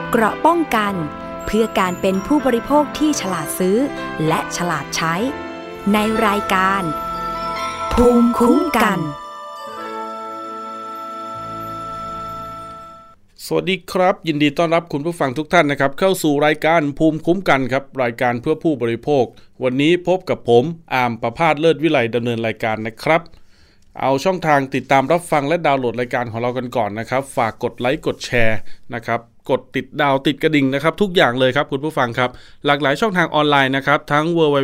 เกราะป้องกันเพื่อการเป็นผู้บริโภคที่ฉลาดซื้อและฉลาดใช้ในรายการภูมิคุ้มกันสวัสดีครับยินดีต้อนรับคุณผู้ฟังทุกท่านนะครับเข้าสู่รายการภูมิคุ้มกันครับรายการเพื่อผู้บริโภควันนี้พบกับผมอาร์มประภาสเลิศวิไลดำเนินรายการนะครับเอาช่องทางติดตามรับฟังและดาวน์โหลดรายการของเรากันก่อนนะครับฝากกดไลค์กดแชร์นะครับกดติดดาวติดกระดิ่งนะครับทุกอย่างเลยครับคุณผู้ฟังครับหลากหลายช่องทางออนไลน์นะครับทั้ง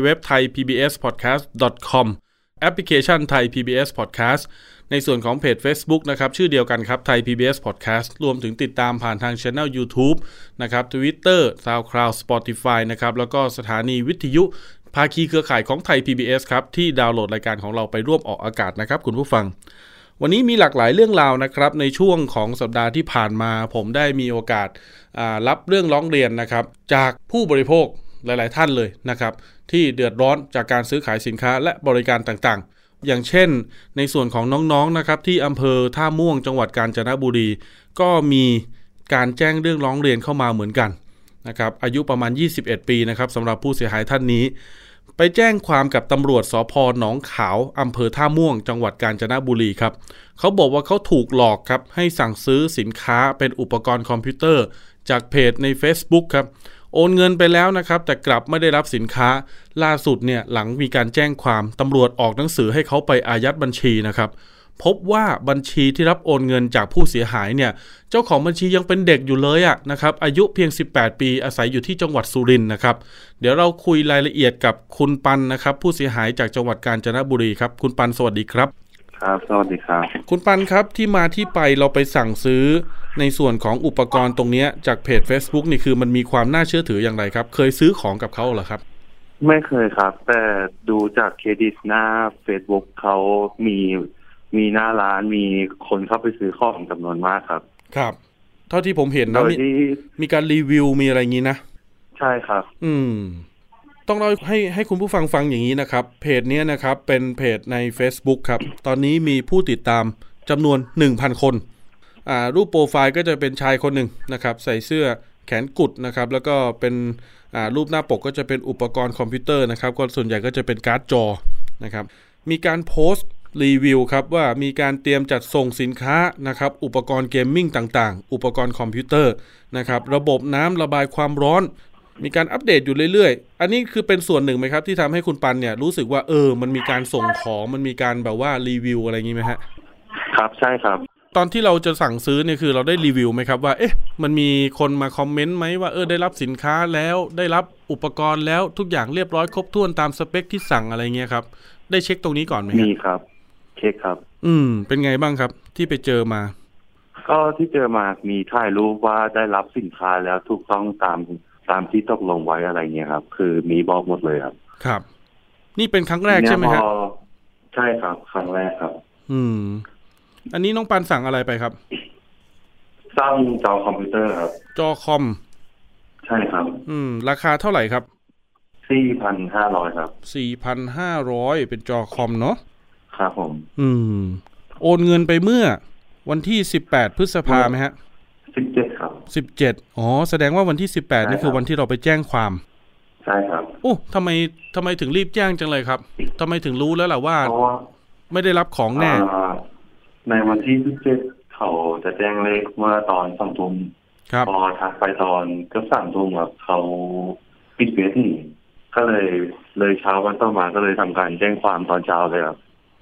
www.thaipbspodcast.com แอปพลิเคชัน Thai PBS Podcast ในส่วนของเพจ Facebook นะครับชื่อเดียวกันครับ Thai PBS Podcast รวมถึงติดตามผ่านทาง Channel YouTube นะครับ Twitter SoundCloud Spotify นะครับแล้วก็สถานีวิทยุภาคีเครือข่ายของไทย PBS ครับที่ดาวน์โหลดรายการของเราไปร่วมออกอากาศนะครับคุณผู้ฟังวันนี้มีหลากหลายเรื่องราวนะครับในช่วงของสัปดาห์ที่ผ่านมาผมได้มีโอกาสรับเรื่องร้องเรียนนะครับจากผู้บริโภคหลายๆท่านเลยนะครับที่เดือดร้อนจากการซื้อขายสินค้าและบริการต่างๆอย่างเช่นในส่วนของน้องๆนะครับที่อำเภอท่าม่วงจังหวัดกาญจนบุรีก็มีการแจ้งเรื่องร้องเรียนเข้ามาเหมือนกันนะครับอายุประมาณ21ปีนะครับสำหรับผู้เสียหายท่านนี้ไปแจ้งความกับตำรวจสภ.หนองขาวอำเภอท่าม่วงจังหวัดกาญจนบุรีครับเขาบอกว่าเขาถูกหลอกครับให้สั่งซื้อสินค้าเป็นอุปกรณ์คอมพิวเตอร์จากเพจใน Facebook ครับโอนเงินไปแล้วนะครับแต่กลับไม่ได้รับสินค้าล่าสุดเนี่ยหลังมีการแจ้งความตำรวจออกหนังสือให้เขาไปอายัดบัญชีนะครับพบว่าบัญชีที่รับโอนเงินจากผู้เสียหายเนี่ยเจ้าของบัญชียังเป็นเด็กอยู่เลยนะครับอายุเพียง18ปีอาศัยอยู่ที่จังหวัดสุรินทร์นะครับเดี๋ยวเราคุยรายละเอียดกับคุณปันนะครับผู้เสียหายจากจังหวัดกาญจนบุรีครับคุณปันสวัสดีครับครับสวัสดีครับคุณปันครับที่มาที่ไปเราไปสั่งซื้อในส่วนของอุปกรณ์ตรงนี้จากเพจ Facebook นี่คือมันมีความน่าเชื่อถืออย่างไรครับเคยซื้อของกับเขาเหรอครับไม่เคยครับแต่ดูจากเครดิตหน้า Facebook เขามีหน้าร้านมีคนเข้าไปซื้อของจำนวนมากครับครับเท่าที่ผมเห็นนะมีการรีวิวมีอะไรงี้นะใช่ครับต้องเล่าให้คุณผู้ฟังฟังอย่างนี้นะครับเพจนี้นะครับเป็นเพจใน Facebook ครับตอนนี้มีผู้ติดตามจำนวน 1,000 คนรูปโปรไฟล์ก็จะเป็นชายคนหนึ่งนะครับใส่เสื้อแขนกุดนะครับแล้วก็เป็นรูปหน้าปกก็จะเป็นอุปกรณ์คอมพิวเตอร์นะครับก็ส่วนใหญ่ก็จะเป็นการ์ดจอนะครับมีการโพสต์รีวิวครับว่ามีการเตรียมจัดส่งสินค้านะครับอุปกรณ์เกมมิ่งต่างๆอุปกรณ์คอมพิวเตอร์นะครับระบบน้ำระบายความร้อนมีการอัปเดตอยู่เรื่อยๆอันนี้คือเป็นส่วนหนึ่งไหมครับที่ทำให้คุณปันเนี่ยรู้สึกว่ามันมีการส่งของมันมีการแบบว่ารีวิวอะไรอย่างงี้ไหมฮะครับใช่ครับตอนที่เราจะสั่งซื้อเนี่ยคือเราได้รีวิวไหมครับว่ามันมีคนมาคอมเมนต์ไหมว่าได้รับสินค้าแล้วได้รับอุปกรณ์แล้วทุกอย่างเรียบร้อยครบถ้วนตามสเปคที่สั่งอะไรเงี้ยครับได้เช็คตรงนี้ก่อนไหมมีครับเช็คครับเป็นไงบ้างครับที่ไปเจอมาก็ที่เจอมามีถ่ายรูปว่าได้รับสินค้าแล้วถูกต้องตามที่ตกลงไว้อะไรเงี้ยครับคือมีบอกหมดเลยครับครับนี่เป็นครั้งแรกใช่ไหมครับใช่ครับครั้งแรกครับอันนี้น้องปันสั่งอะไรไปครับสั่งจอคอมพิวเตอร์ครับจอคอมใช่ครับราคาเท่าไหร่ครับ 4,500 ครับ 4,500 เป็นจอคอมเนาะครับผมโอนเงินไปเมื่อวันที่18พฤษภาคมไหมฮะ 17ครับ 17แสดงว่าวันที่18นี่คือวันที่เราไปแจ้งความใช่ครับทำไมถึงรีบแจ้งจังเลยครับทำไมถึงรู้แล้วล่ะว่าไม่ได้รับของแน่ในวันที่17เขาจะแจ้งเลขเมื่อตอน 20:00 นพอทักไปตอนเกือบ 3:00 นครับเขาปิดเว็บนี่ก็เลยเช้าวันต่อมาก็เลยทำการแจ้งความตอนเช้าเลยครับ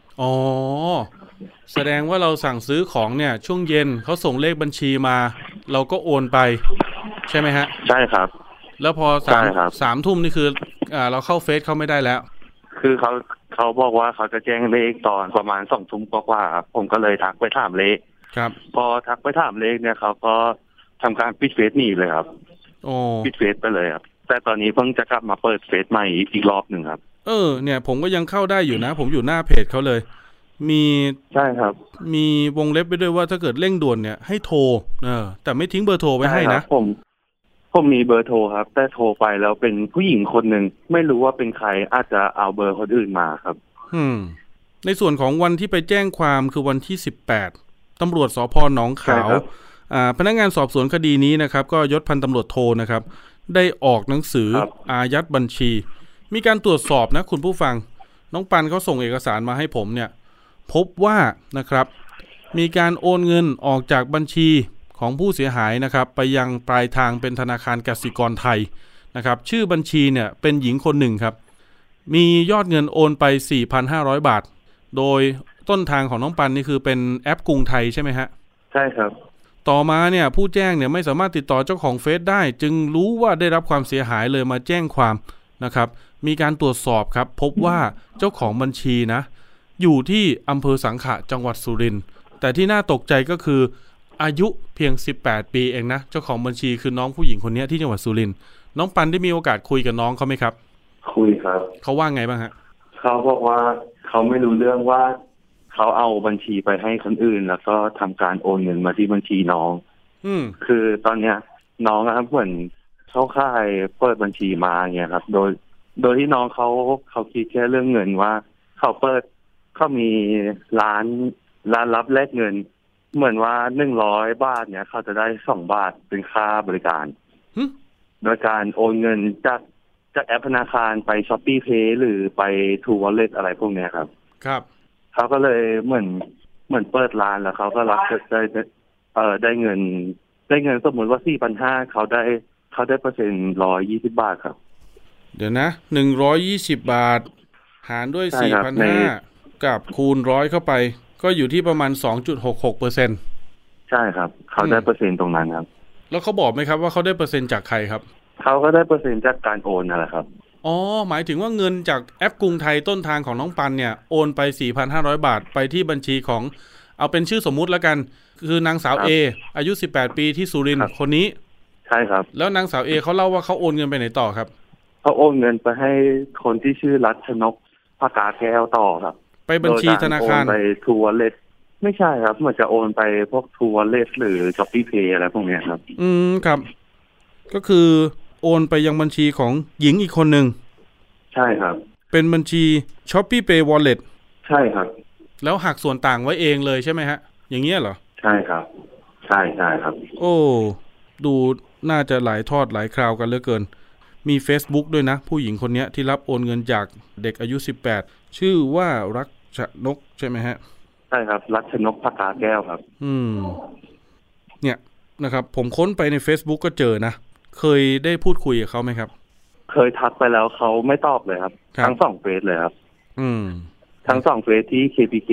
แสดงว่าเราสั่งซื้อของเนี่ยช่วงเย็นเขาส่งเลขบัญชีมาเราก็โอนไปใช่ไหมฮะใช่ครับแล้วพอ3 ทุ่มนี่คือเราเข้าเฟซเขาไม่ได้แล้วคือเขาบอกว่าเขาจะแจ้งเลขตอนประมาณ 2 ทุ่มกว่าครับผมก็เลยทักไปถามเลขครับพอทักไปถามเลขเนี่ยเขาก็ทำการปิดเฟซหนีเลยครับปิดเฟซไปเลยครับแต่ตอนนี้เพิ่งจะกลับมาเปิดเฟซใหม่อีกรอบหนึ่งครับเนี่ยผมก็ยังเข้าได้อยู่นะผมอยู่หน้าเพจเขาเลยใช่ครับมีวงเล็บไปด้วยว่าถ้าเกิดเร่งด่วนเนี่ยให้โทรแต่ไม่ทิ้งเบอร์โทรไว้ให้นะผมมีเบอร์โทรครับแต่โทรไปแล้วเป็นผู้หญิงคนหนึ่งไม่รู้ว่าเป็นใครอาจจะเอาเบอร์คนอื่นมาครับในส่วนของวันที่ไปแจ้งความคือวันที่18ตำรวจสภ.หนองขาวพนักงานสอบสวนคดีนี้นะครับก็ยศพันตำรวจโทนะครับได้ออกหนังสืออายัดบัญชีมีการตรวจสอบนะคุณผู้ฟังน้องปันเขาส่งเอกสารมาให้ผมเนี่ยพบว่านะครับมีการโอนเงินออกจากบัญชีของผู้เสียหายนะครับไปยังปลายทางเป็นธนาคารกสิกรไทยนะครับชื่อบัญชีเนี่ยเป็นหญิงคนหนึ่งครับมียอดเงินโอนไป 4,500 บาทโดยต้นทางของน้องปันนี่คือเป็นแอปกรุงไทยใช่ไหมฮะใช่ครับต่อมาเนี่ยผู้แจ้งเนี่ยไม่สามารถติดต่อเจ้าของเฟซได้จึงรู้ว่าได้รับความเสียหายเลยมาแจ้งความนะครับมีการตรวจสอบครับพบว่าเจ้าของบัญชีนะอยู่ที่อำเภอสังขะจังหวัดสุรินทร์แต่ที่น่าตกใจก็คืออายุเพียง18ปีเองนะเจ้าของบัญชีคือน้องผู้หญิงคนนี้ที่จังหวัดสุรินทร์น้องปันได้มีโอกาสคุยกับน้องเขาไหมครับคุยครับเขาว่าไงบ้างฮะเขาบอกว่าเขาไม่รู้เรื่องว่าเขาเอาบัญชีไปให้คนอื่นแล้วก็ทำการโอนเงินมาที่บัญชีน้องคือตอนเนี้ยน้องครับเหมือนเข้าค่ายเปิดบัญชีมาเนี่ยครับโดยที่น้องเขาคิดแค่เรื่องเงินว่าเขามีร้านรับแลกเงินเหมือนว่า100 บาทเนี่ยเขาจะได้2 บาทเป็นค่าบริการโดยการโอนเงินจากแอปธนาคารไป Shopee Pay หรือไป True Wallet อะไรพวกนี้ครับครับเขาก็เลยเหมือนเปิดร้านแล้วเขาก็รับได้เงินสมมติว่า 4,500 เขาได้เปอร์เซ็นต์120 บาทครับเดี๋ยวนะ120 บาทหารด้วย 4,500 กับคูณ100เข้าไปก็อยู่ที่ประมาณ 2.66% ใช่ครับเขาได้เปอร์เซ็นต์ตรงนั้นครับแล้วเขาบอกไหมครับว่าเขาได้เปอร์เซ็นต์จากใครครับเขาก็ได้เปอร์เซ็นต์จากการโอนนั่นแหละครับอ๋อหมายถึงว่าเงินจากแอปกรุงไทยต้นทางของน้องปันเนี่ยโอนไป 4,500 บาทไปที่บัญชีของเอาเป็นชื่อสมมุติแล้วกันคือนางสาว A อายุ18ปีที่สุรินทร์คนนี้ใช่ครับแล้วนางสาว A เขาเล่าว่าเขาโอนเงินไปไหนต่อครับเขาโอนเงินไปให้คนที่ชื่อรัชนกภกาแก้วต่อครับไปบัญชีธนาคารไป True Wallet ไม่ใช่ครับเหมือนจะโอนไปพวก True Wallet หรือ Shopee Pay อะไรพวกนี้ครับครับก็คือโอนไปยังบัญชีของหญิงอีกคนหนึ่งใช่ครับเป็นบัญชี Shopee Pay Wallet ใช่ครับแล้วหักส่วนต่างไว้เองเลยใช่ไหมฮะอย่างเงี้ยเหรอใช่ครับใช่ครับโอ้ดูน่าจะหลายทอดหลายคราวกันเหลือเกินมี Facebook ด้วยนะผู้หญิงคนนี้ที่รับโอนเงินจากเด็กอายุ18ชื่อว่ารัชนกใช่ไหมฮะใช่ครับรัชนกภกาแก้วครับเนี่ยนะครับผมค้นไปใน Facebook ก็เจอนะเคยได้พูดคุยกับเขาไหมครับเคยทักไปแล้วเขาไม่ตอบเลยครับทั้ง2เฟซเลยครับทั้ง2เฟซที่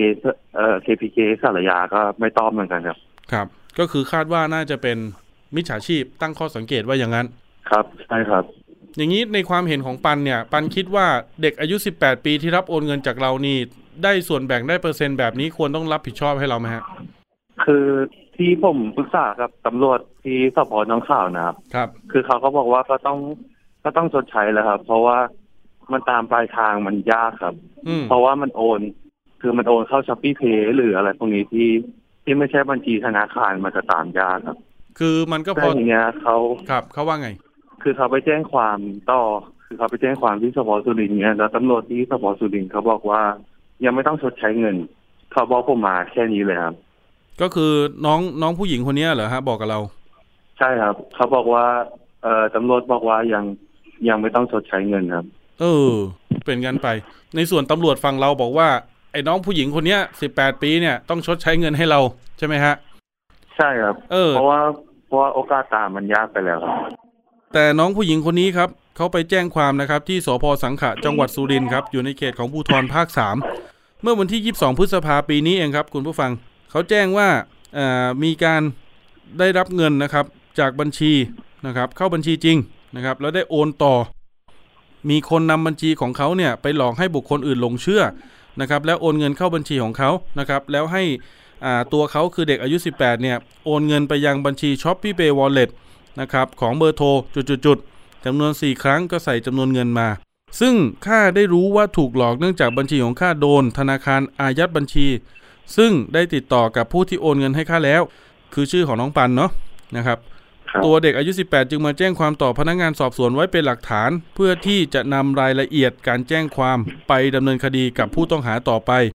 KPK สารยาก็ไม่ตอบเหมือนกันครับครับก็คือคาดว่าน่าจะเป็นมิจฉาชีพตั้งข้อสังเกตว่าอย่างนั้นครับใช่ครับอย่างนี้ในความเห็นของปันเนี่ยปันคิดว่าเด็กอายุ18ปีที่รับโอนเงินจากเรานี่ได้ส่วนแบ่งได้เปอร์เซ็นต์แบบนี้ควรต้องรับผิดชอบให้เราไหมฮะคือที่ผมปรึกษากับตำรวจที่สพ.หนองข่าวนะครับครับคือเขาก็บอกว่าก็ต้องชดใช้แล้วครับเพราะว่ามันตามปลายทางมันยากครับเพราะว่ามันโอนเข้า Shopee Pay หรืออะไรพวกนี้ที่ไม่ใช่บัญชีธนาคารมันจะตามยากครับคือมันก็พออย่างเงี้ยเขาว่าไงคือเขาไปแจ้งความคือเขาไปแจ้งความที่สพ.สุรินทร์เนี่ยแล้วตำรวจที่สพ.สุรินทร์เขาบอกว่ายังไม่ต้องชดใช้เงินเขาบอกผมมาแค่นี้เลยครับก็คือน้องผู้หญิงคนนี้เหรอฮะบอกกับเราใช่ครับเขาบอกว่าตำรวจบอกว่ายังไม่ต้องชดใช้เงินครับเป็นงั้นไปในส่วนตำรวจฝั่งเราบอกว่าไอ้น้องผู้หญิงคนนี้18ปีเนี่ยต้องชดใช้เงินให้เราใช่ไหมฮะใช่ครับเพราะว่าโอกาสตามมันยากไปแล้วครับแต่น้องผู้หญิงคนนี้ครับเขาไปแจ้งความนะครับที่สภ.สังขะจังหวัดสุรินทร์ครับอยู่ในเขตของภูธรภาค3เมื่อวันที่22พฤษภาคมปีนี้เองครับคุณผู้ฟังเขาแจ้งว่ามีการได้รับเงินนะครับจากบัญชีนะครับเข้าบัญชีจริงนะครับแล้วได้โอนต่อมีคนนำบัญชีของเขาเนี่ยไปหลอกให้บุคคลอื่นหลงเชื่อนะครับแล้วโอนเงินเข้าบัญชีของเขานะครับแล้วให้ตัวเขาคือเด็กอายุ18เนี่ยโอนเงินไปยังบัญชี Shopee Pay Wallet นะครับของเบอร์โทรจุดๆจำนวน4ครั้งก็ใส่จำนวนเงินมาซึ่งข้าได้รู้ว่าถูกหลอกเนื่องจากบัญชีของข้าโดนธนาคารอายัดบัญชีซึ่งได้ติดต่อกับผู้ที่โอนเงินให้ข้าแล้วคือชื่อของน้องปันเนาะนะครับตัวเด็กอายุ18จึงมาแจ้งความต่อพนักงานสอบสวนไว้เป็นหลักฐานเพื่อที่จะนำรายละเอียดการแจ้งความไปดำเนินคดีกับผู้ต้องหาต่อไป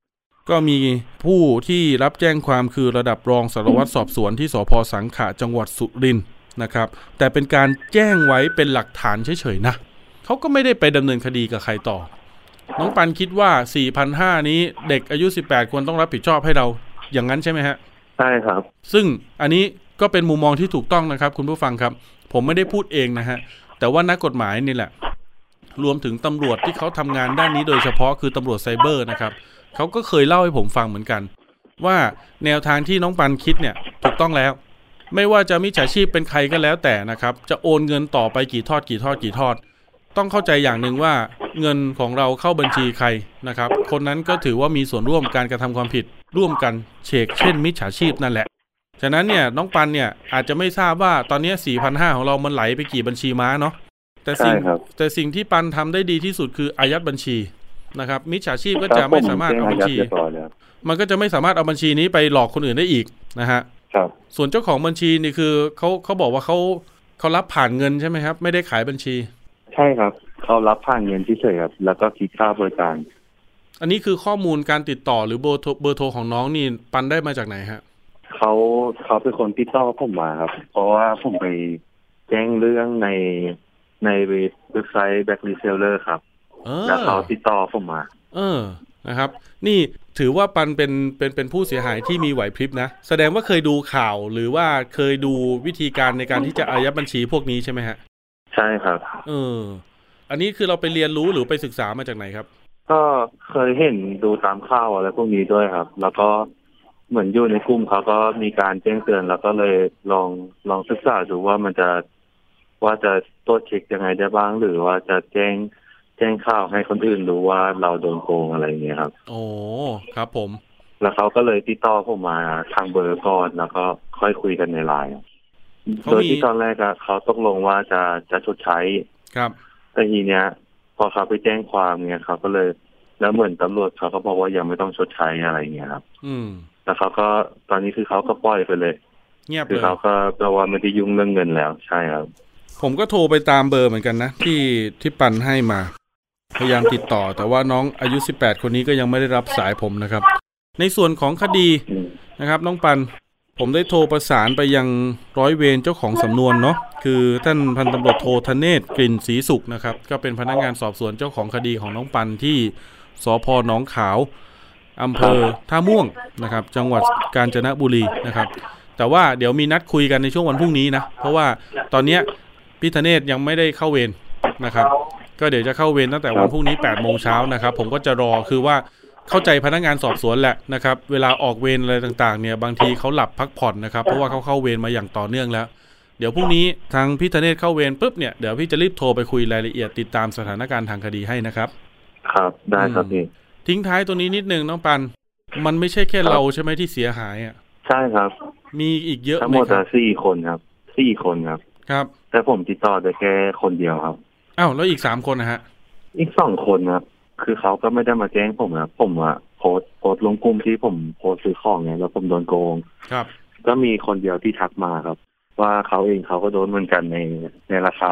ก็มีผู้ที่รับแจ้งความคือระดับรองสารวัตรสอบสวนที่สภ.สังขะจังหวัดสุรินทร์นะครับแต่เป็นการแจ้งไว้เป็นหลักฐานเฉยๆนะเขาก็ไม่ได้ไปดำเนินคดีกับใครต่อน้องปันคิดว่า 4,500 นี้เด็กอายุ18ควรต้องรับผิดชอบให้เราอย่างนั้นใช่ไหมฮะใช่ครับซึ่งอันนี้ก็เป็นมุมมองที่ถูกต้องนะครับคุณผู้ฟังครับผมไม่ได้พูดเองนะฮะแต่ว่านักกฎหมายนี่แหละรวมถึงตำรวจที่เขาทำงานด้านนี้โดยเฉพาะคือตำรวจไซเบอร์นะครับเขาก็เคยเล่าให้ผมฟังเหมือนกันว่าแนวทางที่น้องปันคิดเนี่ยถูกต้องแล้วไม่ว่าจะมิจฉาชีพเป็นใครก็แล้วแต่นะครับจะโอนเงินต่อไปกี่ทอดต้องเข้าใจอย่างหนึ่งว่าเงินของเราเข้าบัญชีใครนะครับคนนั้นก็ถือว่ามีส่วนร่วมการกระทำความผิดร่วมกันเช่นมิจฉาชีพนั่นแหละฉะนั้นเนี่ยน้องปันเนี่ยอาจจะไม่ทราบว่าตอนนี้ 4,500 ของเรามันไหลไปกี่บัญชีม้าเนาะแต่สิ่งที่ปันทำได้ดีที่สุดคืออายัดบัญชีนะครับมิจฉาชีพก็จะไม่สามารถเอาบัญชีมันก็จะไม่สามารถเอาบัญชีนี้ไปหลอกคนอื่นได้อีกนะฮะส่วนเจ้าของบัญชีนี่คือเขาบอกว่าเขารับผ่านเงินใช่ไหมครับไม่ได้ขายบัญชีใช่ครับเขารับผ่านเงินเฉยๆครับแล้วก็คิดค่าบริการอันนี้คือข้อมูลการติดต่อหรือเบอร์โทรของน้องนี่ปันได้มาจากไหนฮะเขาเป็นคนติดต่อผมมาครับเพราะว่าผมไปแจ้งเรื่องในเว็บไซต์ Black Reseller ครับแล้วเขาติดต่อผมมานะครับนี่ถือว่าปันเป็นผู้เสียหายที่มีไหวพริบนะแสดงว่าเคยดูข่าวหรือว่าเคยดูวิธีการในการที่จะอายัดบัญชีพวกนี้ใช่ไหมฮะใช่ครับอันนี้คือเราไปเรียนรู้หรือไปศึกษามาจากไหนครับก็เคยเห็นดูตามข่าวอะไรพวกนี้ด้วยครับแล้วก็เหมือนอยู่ในกลุ่มเขาก็มีการแจ้งเตือนแล้วก็เลยลองศึกษาดูว่ามันจะตรวจเช็คยังไงได้บ้างหรือว่าจะแจ้งข่าวให้คนอื่นรู้ว่าเราโดนโกงอะไรอย่างเงี้ยครับโอ้ครับผมแล้วเขาก็เลยติดต่อผมมาทางเบอร์ก่อนแล้วก็ค่อยคุยกันในไลน์โดยที่ตอนแรกเขาตกลงว่าจะชดใช้ครับแต่ทีเนี้ยพอเขาไปแจ้งความเนี่ยเขาก็เลยแล้วเหมือนตำรวจเขาก็บอกว่ายังไม่ต้องชดใช้อะไรอย่างเงี้ยครับแล้วเขาก็ตอนนี้คือเขาก็ปล่อยไปเลยเงียบเลยคือเขาก็แปลว่าไม่ได้ยุ่งเรื่องเงินแล้วใช่ครับผมก็โทรไปตามเบอร์เหมือนกันนะที่ปันให้มาพยายามติดต่อแต่ว่าน้องอายุ18คนนี้ก็ยังไม่ได้รับสายผมนะครับในส่วนของคดีนะครับน้องปันผมได้โทรประสานไปยังร้อยเวรเจ้าของสำนวนเนาะคือท่านพันตำรวจโทธเนศกลิ่นศรีสุขนะครับก็เป็นพนักงานสอบสวนเจ้าของคดีของน้องปันที่สภ.หนองขาวอำเภอท่าม่วงนะครับจังหวัดกาญจนบุรีนะครับแต่ว่าเดี๋ยวมีนัดคุยกันในช่วงวันพรุ่งนี้นะเพราะว่าตอนนี้พี่ธเนศยังไม่ได้เข้าเวรนะครับก็เดี๋ยวจะเข้าเวรตั้งแต่วันพรุ่งนี้ 8:00 น.นะครับผมก็จะรอคือว่าเข้าใจพนักงานสอบสวนแหละนะครับเวลาออกเวรอะไรต่างๆเนี่ยบางทีเขาหลับพักผ่อนนะครับเพราะว่าเขาเข้าเวรมาอย่างต่อเนื่องแล้วเดี๋ยวพรุ่งนี้ทางพี่ธเนศเข้าเวรปุ๊บเนี่ยเดี๋ยวพี่จะรีบโทรไปคุยรายละเอียดติดตามสถานการณ์ทางคดีให้นะครับครับได้ครับพี่ทิ้งท้ายตัวนี้นิดนึงน้องปันมันไม่ใช่แค่เราใช่ไหมที่เสียหายอ่ะใช่ครับมีอีกเยอะทั้งหมด4 คนครับ4 คนครับครับแต่ผมติดต่อได้แค่คนเดียวครับอ้าวแล้วอีก3 คนนะฮะอีก2 คนครับคือเขาก็ไม่ได้มาแจ้งผมครับผมโพสต์ลงกลุ่มที่ผมโพสต์ซื้อของไงแล้วผมโดนโกงครับก็มีคนเดียวที่ทักมาครับว่าเขาเองเขาก็โดนเหมือนกันในราคา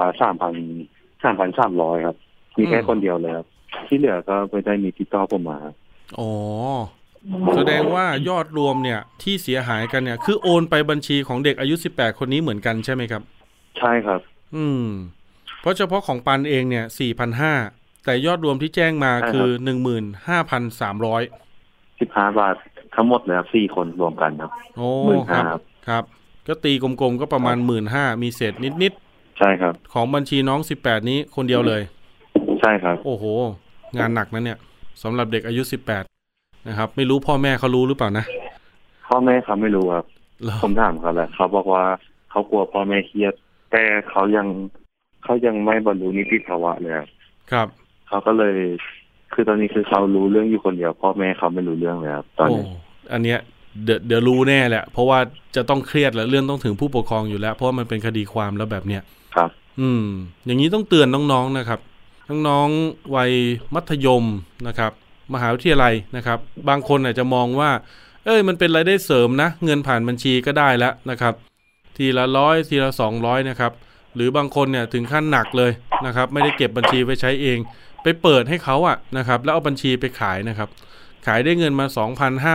3,300 ครับมีแค่คนเดียวเลยครับที่เหลือก็ไม่ได้มีติดต่อผมมาอ๋อแสดงว่ายอดรวมเนี่ยที่เสียหายกันเนี่ยคือโอนไปบัญชีของเด็กอายุ18คนนี้เหมือนกันใช่ไหมครับใช่ครับเพราะเฉพาะของปันเองเนี่ย 4,500 แต่ยอดรวมที่แจ้งมาคือ 15,315 บาททั้งหมดเลยครับ4 คนรวมกันครับโอ้ครับก็ตีกลมๆก็ประมาณ 15,000 มีเศษนิดๆใช่ครับของบัญชีน้อง18นี้คนเดียวเลยใช่ครับโอ้โหงานหนักนะเนี่ยสำหรับเด็กอายุ18นะครับไม่รู้พ่อแม่เขารู้หรือเปล่านะพ่อแม่เขาไม่รู้ครับผมถามเขาแหละเขาบอกว่าเขากลัวพ่อแม่เครียดแต่เขายังไม่บรรลุนิติภาวะเลยครับเขาก็เลยคือตอนนี้คือเขารู้เรื่องอยู่คนเดียวพ่อแม่เขาไม่รู้เรื่องเลยครับตอนนี้อันเนี้ยเดี๋ยวรู้แน่แหละเพราะว่าจะต้องเครียดและเรื่องต้องถึงผู้ปกครองอยู่แล้วเพราะมันเป็นคดีความแล้วแบบเนี้ยครับอย่างนี้ต้องเตือนน้องๆนะครับน้องๆวัยมัธยมนะครับมหาวิทยาลัยนะครับบางคนอาจจะมองว่ามันเป็นรายได้เสริมนะเงินผ่านบัญชีก็ได้แล้วนะครับทีละ100ทีละ200นะครับหรือบางคนเนี่ยถึงขั้นหนักเลยนะครับไม่ได้เก็บบัญชีไว้ใช้เองไปเปิดให้เขานะครับแล้วเอาบัญชีไปขายนะครับขายได้เงินมา 2,000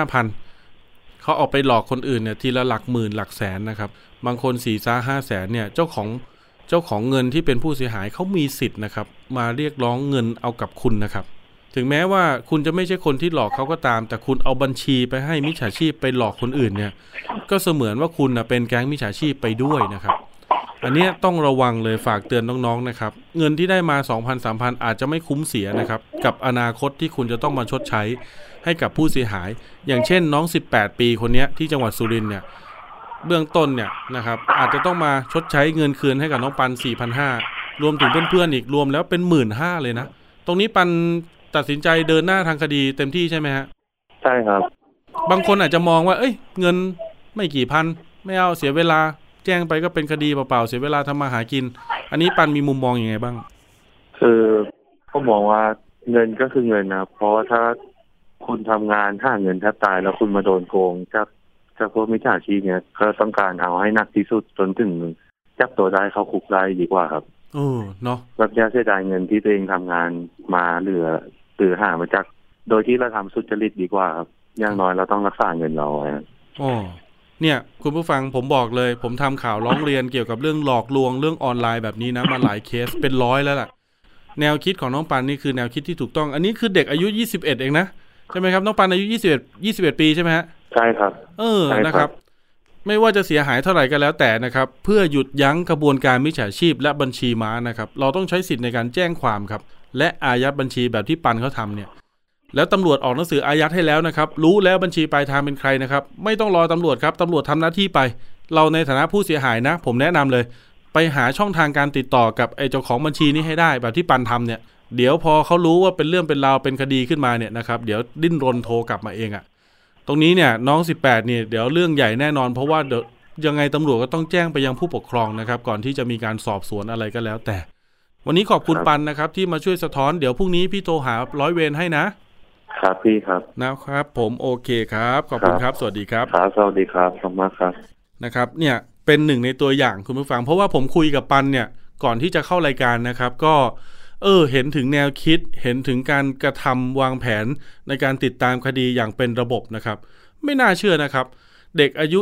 5,000 เขาเอาไปหลอกคนอื่นเนี่ยทีละหลักหมื่นหลักแสนนะครับบางคน 4-5 แสนเนี่ยเจ้าของเงินที่เป็นผู้เสียหายเขามีสิทธิ์นะครับมาเรียกร้องเงินเอากับคุณนะครับถึงแม้ว่าคุณจะไม่ใช่คนที่หลอกเขาก็ตามแต่คุณเอาบัญชีไปให้มิจฉาชีพไปหลอกคนอื่นเนี่ยก็เสมือนว่าคุณเป็นแก๊งมิจฉาชีพไปด้วยนะครับอันนี้ต้องระวังเลยฝากเตือนน้องๆนะครับเงินที่ได้มา 2,000-3,000 อาจจะไม่คุ้มเสียนะครับกับอนาคตที่คุณจะต้องมาชดใช้ให้กับผู้เสียหายอย่างเช่นน้อง18ปีคนนี้ที่จังหวัดสุรินทร์เนี่ยเบื้องต้นเนี่ยนะครับอาจจะต้องมาชดใช้เงินคืนให้กับน้องปัน 4,500 รวมถึงเพื่อนๆอีกรวมแล้วเป็น 15,000 เลยนะตรงนี้ปันตัดสินใจเดินหน้าทางคดีเต็มที่ใช่ไหมฮะใช่ครับบางคนอาจจะมองว่าเงินไม่กี่พันไม่เอาเสียเวลาแจ้งไปก็เป็นคดีเปล่าๆเสียเวลาทำมาหากินอันนี้ปันมีมุมมองยังไงบ้างคือก็มองว่าเงินก็คือเงินนะเพราะถ้าคุณทำงานหาเงินแทบตายแล้วคุณมาโดนโกงจากพวกมิจฉาชีพเนี่ยก็ต้องการเอาให้หนักที่สุดจนถึงจับตัวได้เข้าคุกได้ดีกว่าครับเนาะแบบอย่าเสียดายเงินที่ตัวเองทำงานมาหรือหามาจากโดยที่เราทำสุจริตดีกว่าครับอย่างน้อยเราต้องรักษาเงินเราเนี่ยคุณผู้ฟังผมบอกเลยผมทำข่าวร้องเรียนเกี่ยวกับเรื่องหลอกลวงเรื่องออนไลน์แบบนี้นะมาหลายเคสเป็น100แล้วล่ะแนวคิดของน้องปันนี่คือแนวคิดที่ถูกต้องอันนี้คือเด็กอายุ21เองนะใช่ไหมครับน้องปันอายุ21ปีใช่ไหมฮะใช่ครับนะครับไม่ว่าจะเสียหายเท่าไหร่ก็แล้วแต่นะครับเพื่อหยุดยั้งกระบวนการมิจฉาชีพและบัญชีม้านะครับเราต้องใช้สิทธิ์ในการแจ้งความครับและอายัดบัญชีแบบที่ปันเขาทำเนี่ยแล้วตำรวจออกหนังสืออายัดให้แล้วนะครับรู้แล้วบัญชีปลายทางเป็นใครนะครับไม่ต้องรอตำรวจครับตำรวจทำหน้าที่ไปเราในฐานะผู้เสียหายนะผมแนะนำเลยไปหาช่องทางการติดต่อกับไอ้เจ้าของบัญชีนี้ให้ได้แบบที่ปันทำเนี่ยเดี๋ยวพอเขารู้ว่าเป็นเรื่องเป็นราวเป็นคดีขึ้นมาเนี่ยนะครับเดี๋ยวดิ้นรนโทรกลับมาเองตรงนี้เนี่ยน้อง18เนี่ยเดี๋ยวเรื่องใหญ่แน่นอนเพราะว่าเดี๋ยวยังไงตำรวจก็ต้องแจ้งไปยังผู้ปกครองนะครับก่อนที่จะมีการสอบสวนอะไรก็แล้วแต่วันนี้ขอบคุณปันนะครับที่มาช่วยสะท้อนเดี๋ยวพรุ่งนี้พี่โทรหาร้อยเวรให้นะครับพี่ครับนะครับผมโอเคครับขอบคุณครับสวัสดีครับครับสวัสดีครับขอบคุณมากครับนะครับเนี่ยเป็นหนึ่งในตัวอย่างคุณผู้ฟังเพราะว่าผมคุยกับปันเนี่ยก่อนที่จะเข้ารายการนะครับก็เห็นถึงแนวคิดเห็นถึงการกระทำวางแผนในการติดตามคดีอย่างเป็นระบบนะครับไม่น่าเชื่อนะครับเด็กอายุ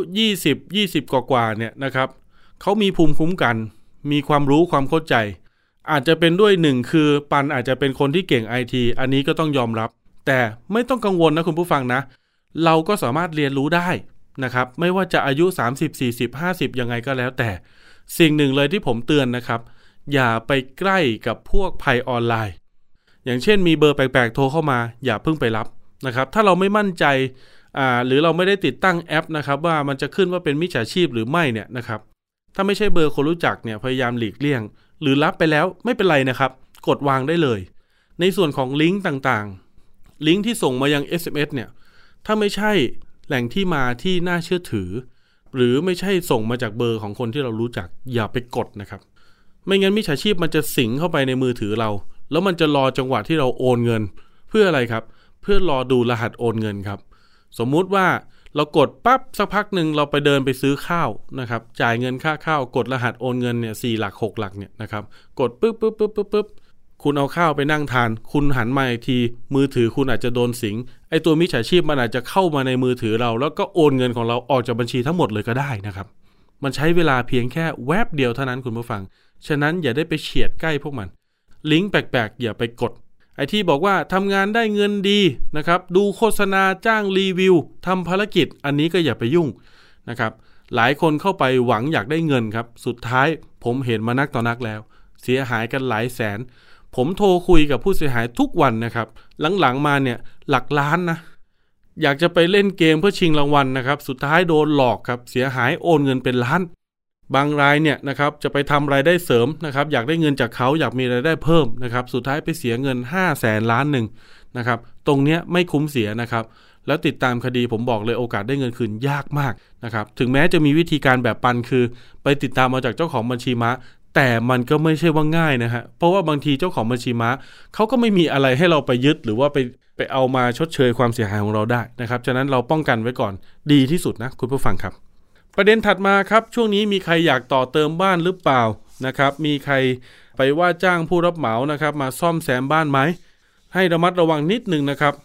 20กว่าเนี่ยนะครับเขามีภูมิคุ้มกันมีความรู้ความเข้าใจอาจจะเป็นด้วยหนึ่งคือปันอาจจะเป็นคนที่เก่ง IT อันนี้ก็ต้องยอมรับแต่ไม่ต้องกังวลนะคุณผู้ฟังนะเราก็สามารถเรียนรู้ได้นะครับไม่ว่าจะอายุ30 40 50ยังไงก็แล้วแต่สิ่งหนึ่งเลยที่ผมเตือนนะครับอย่าไปใกล้กับพวกภัยออนไลน์อย่างเช่นมีเบอร์แปลกๆโทรเข้ามาอย่าเพิ่งไปรับนะครับถ้าเราไม่มั่นใจหรือเราไม่ได้ติดตั้งแอปนะครับว่ามันจะขึ้นว่าเป็นมิจฉาชีพหรือไม่เนี่ยนะครับถ้าไม่ใช่เบอร์คนรู้จักเนี่ยพยายามหลีกเลี่ยงหรือรับไปแล้วไม่เป็นไรนะครับกดวางได้เลยในส่วนของลิงก์ต่างๆลิงก์ที่ส่งมายัง SMS เนี่ยถ้าไม่ใช่แหล่งที่มาที่น่าเชื่อถือหรือไม่ใช่ส่งมาจากเบอร์ของคนที่เรารู้จักอย่าไปกดนะครับไม่งั้นมิจฉาชีพมันจะสิงเข้าไปในมือถือเราแล้วมันจะรอจังหวะที่เราโอนเงินเพื่ออะไรครับเพื่อรอดูรหัสโอนเงินครับสมมุติว่าเรากดปั๊บสักพักนึงเราไปเดินไปซื้อข้าวนะครับจ่ายเงินค่าข้าวกดรหัสโอนเงินเนี่ย4หลัก6หลักเนี่ยนะครับกดปึ๊บคุณเอาข้าวไปนั่งทานคุณหันมาอีกทีมือถือคุณอาจจะโดนสิงไอ้ตัวมิจฉาชีพมันอาจจะเข้ามาในมือถือเราแล้วก็โอนเงินของเราออกจากบัญชีทั้งหมดเลยก็ได้นะครับมันใช้เวลาเพียงแค่แวบเดียวเท่านั้นคุณผู้ฟังฉะนั้นอย่าได้ไปเฉียดใกล้พวกมันลิงก์แปลกๆอย่าไปกดไอ้ที่บอกว่าทำงานได้เงินดีนะครับดูโฆษณาจ้างรีวิวทำภารกิจอันนี้ก็อย่าไปยุ่งนะครับหลายคนเข้าไปหวังอยากได้เงินครับสุดท้ายผมเห็นมานักต่อนักแล้วเสียหายกันหลายแสนผมโทรคุยกับผู้เสียหายทุกวันนะครับหลังๆมาเนี่ยหลักล้านนะอยากจะไปเล่นเกมเพื่อชิงรางวัลนะครับสุดท้ายโดนหลอกครับเสียหายโอนเงินเป็นล้านบางรายเนี่ยนะครับจะไปทำรายได้เสริมนะครับอยากได้เงินจากเขาอยากมีรายได้เพิ่มนะครับสุดท้ายไปเสียเงิน500,000 ล้านนึงนะครับตรงเนี้ยไม่คุ้มเสียนะครับแล้วติดตามคดีผมบอกเลยโอกาสได้เงินคืนยากมากนะครับถึงแม้จะมีวิธีการแบบปันคือไปติดตามมาจากเจ้าของบัญชีม้าแต่มันก็ไม่ใช่ว่าง่ายนะฮะเพราะว่าบางทีเจ้าของบัญชีม้าเขาก็ไม่มีอะไรให้เราไปยึดหรือว่าไปเอามาชดเชยความเสียหายของเราได้นะครับฉะนั้นเราป้องกันไว้ก่อนดีที่สุดนะคุณผู้ฟังครับประเด็นถัดมาครับช่วงนี้มีใครอยากต่อเติมบ้านหรือเปล่านะครับมีใครไปว่าจ้างผู้รับเหมานะครับมาซ่อมแซมบ้านไหมให้ระมัดระวังนิดนึงนะครับ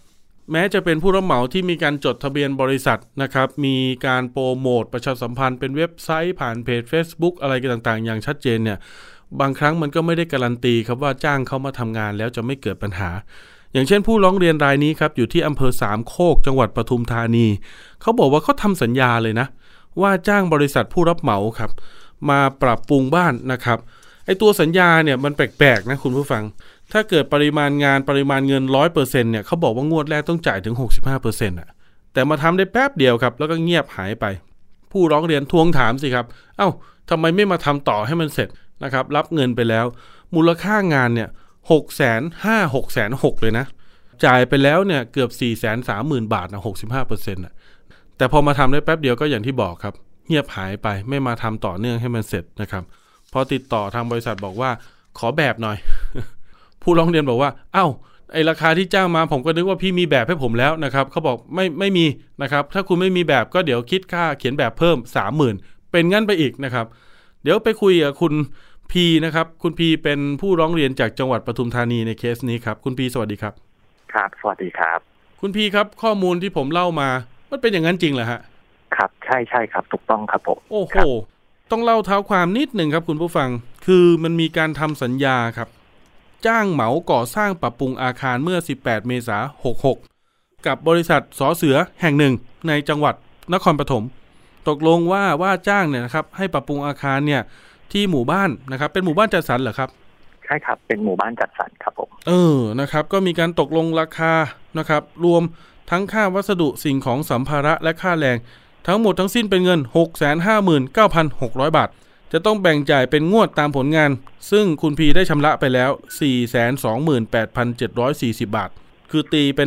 แม้จะเป็นผู้รับเหมาที่มีการจดทะเบียนบริษัทนะครับมีการโปรโมทประชาสัมพันธ์เป็นเว็บไซต์ผ่านเพจ Facebook อะไรต่างๆอย่างชัดเจนเนี่ยบางครั้งมันก็ไม่ได้การันตีครับว่าจ้างเขามาทำงานแล้วจะไม่เกิดปัญหาอย่างเช่นผู้ร้องเรียนรายนี้ครับอยู่ที่อำเภอสามโคกจังหวัดปทุมธานีเขาบอกว่าเขาทำสัญญาเลยนะว่าจ้างบริษัทผู้รับเหมาครับมาปรับปรุงบ้านนะครับไอ้ตัวสัญญาเนี่ยมันแปลกๆนะคุณผู้ฟังถ้าเกิดปริมาณงานปริมาณเงิน 100% เนี่ยเขาบอกว่างวดแรกต้องจ่ายถึง 65% อ่ะแต่มาทำได้แป๊บเดียวครับแล้วก็เงียบหายไปผู้ร้องเรียนทวงถามสิครับเอ้าทำไมไม่มาทำต่อให้มันเสร็จนะครับรับเงินไปแล้วมูลค่างานเนี่ย 660,000 เลยนะจ่ายไปแล้วเนี่ยเกือบ 430,000 บาทนะ 65% น่ะแต่พอมาทำได้แป๊บเดียวก็อย่างที่บอกครับเงียบหายไปไม่มาทำต่อเนื่องให้มันเสร็จนะครับพอติดต่อทางบริษัทบอกว่าขอแบบหน่อย ผู้ร้องเรียนบอกว่าเอ้าไอราคาที่จ้างมาผมก็นึกว่าพี่มีแบบให้ผมแล้วนะครับเขาบอกไม่มีนะครับถ้าคุณไม่มีแบบก็เดี๋ยวคิดค่าเขียนแบบเพิ่ม 30,000 เป็นงั้นไปอีกนะครับเดี๋ยวไปคุยกับคุณพีนะครับคุณพีเป็นผู้ร้องเรียนจากจังหวัดปทุมธานีในเคสนี้ครับคุณพีสวัสดีครับครับสวัสดีครับคุณพีครับข้อมูลที่ผมเล่ามามันเป็นอย่างนั้นจริงเหรอฮะครับใช่ครับถูกต้องครับผมโอ้โหต้องเล่าเท้าความนิดหนึ่งครับคุณผู้ฟังคือมันมีการทำสัญญาครับจ้างเหมาก่อสร้างปรับปรุงอาคารเมื่อ18 เมษายน 66กับบริษัทสเสือแห่งหนึ่งในจังหวัดนครปฐมตกลงว่าจ้างเนี่ยนะครับให้ปรับปรุงอาคารเนี่ยที่หมู่บ้านนะครับเป็นหมู่บ้านจัดสรรเหรอครับใช่ครับเป็นหมู่บ้านจัดสรรครับผมนะครับก็มีการตกลงราคานะครับรวมทั้งค่าวัสดุสิ่งของสัมภาระและค่าแรงทั้งหมดทั้งสิ้นเป็นเงิน 659,600 บาทจะต้องแบ่งจ่ายเป็นงวดตามผลงานซึ่งคุณพีได้ชำระไปแล้ว 428,740 บาทคือตีเป็น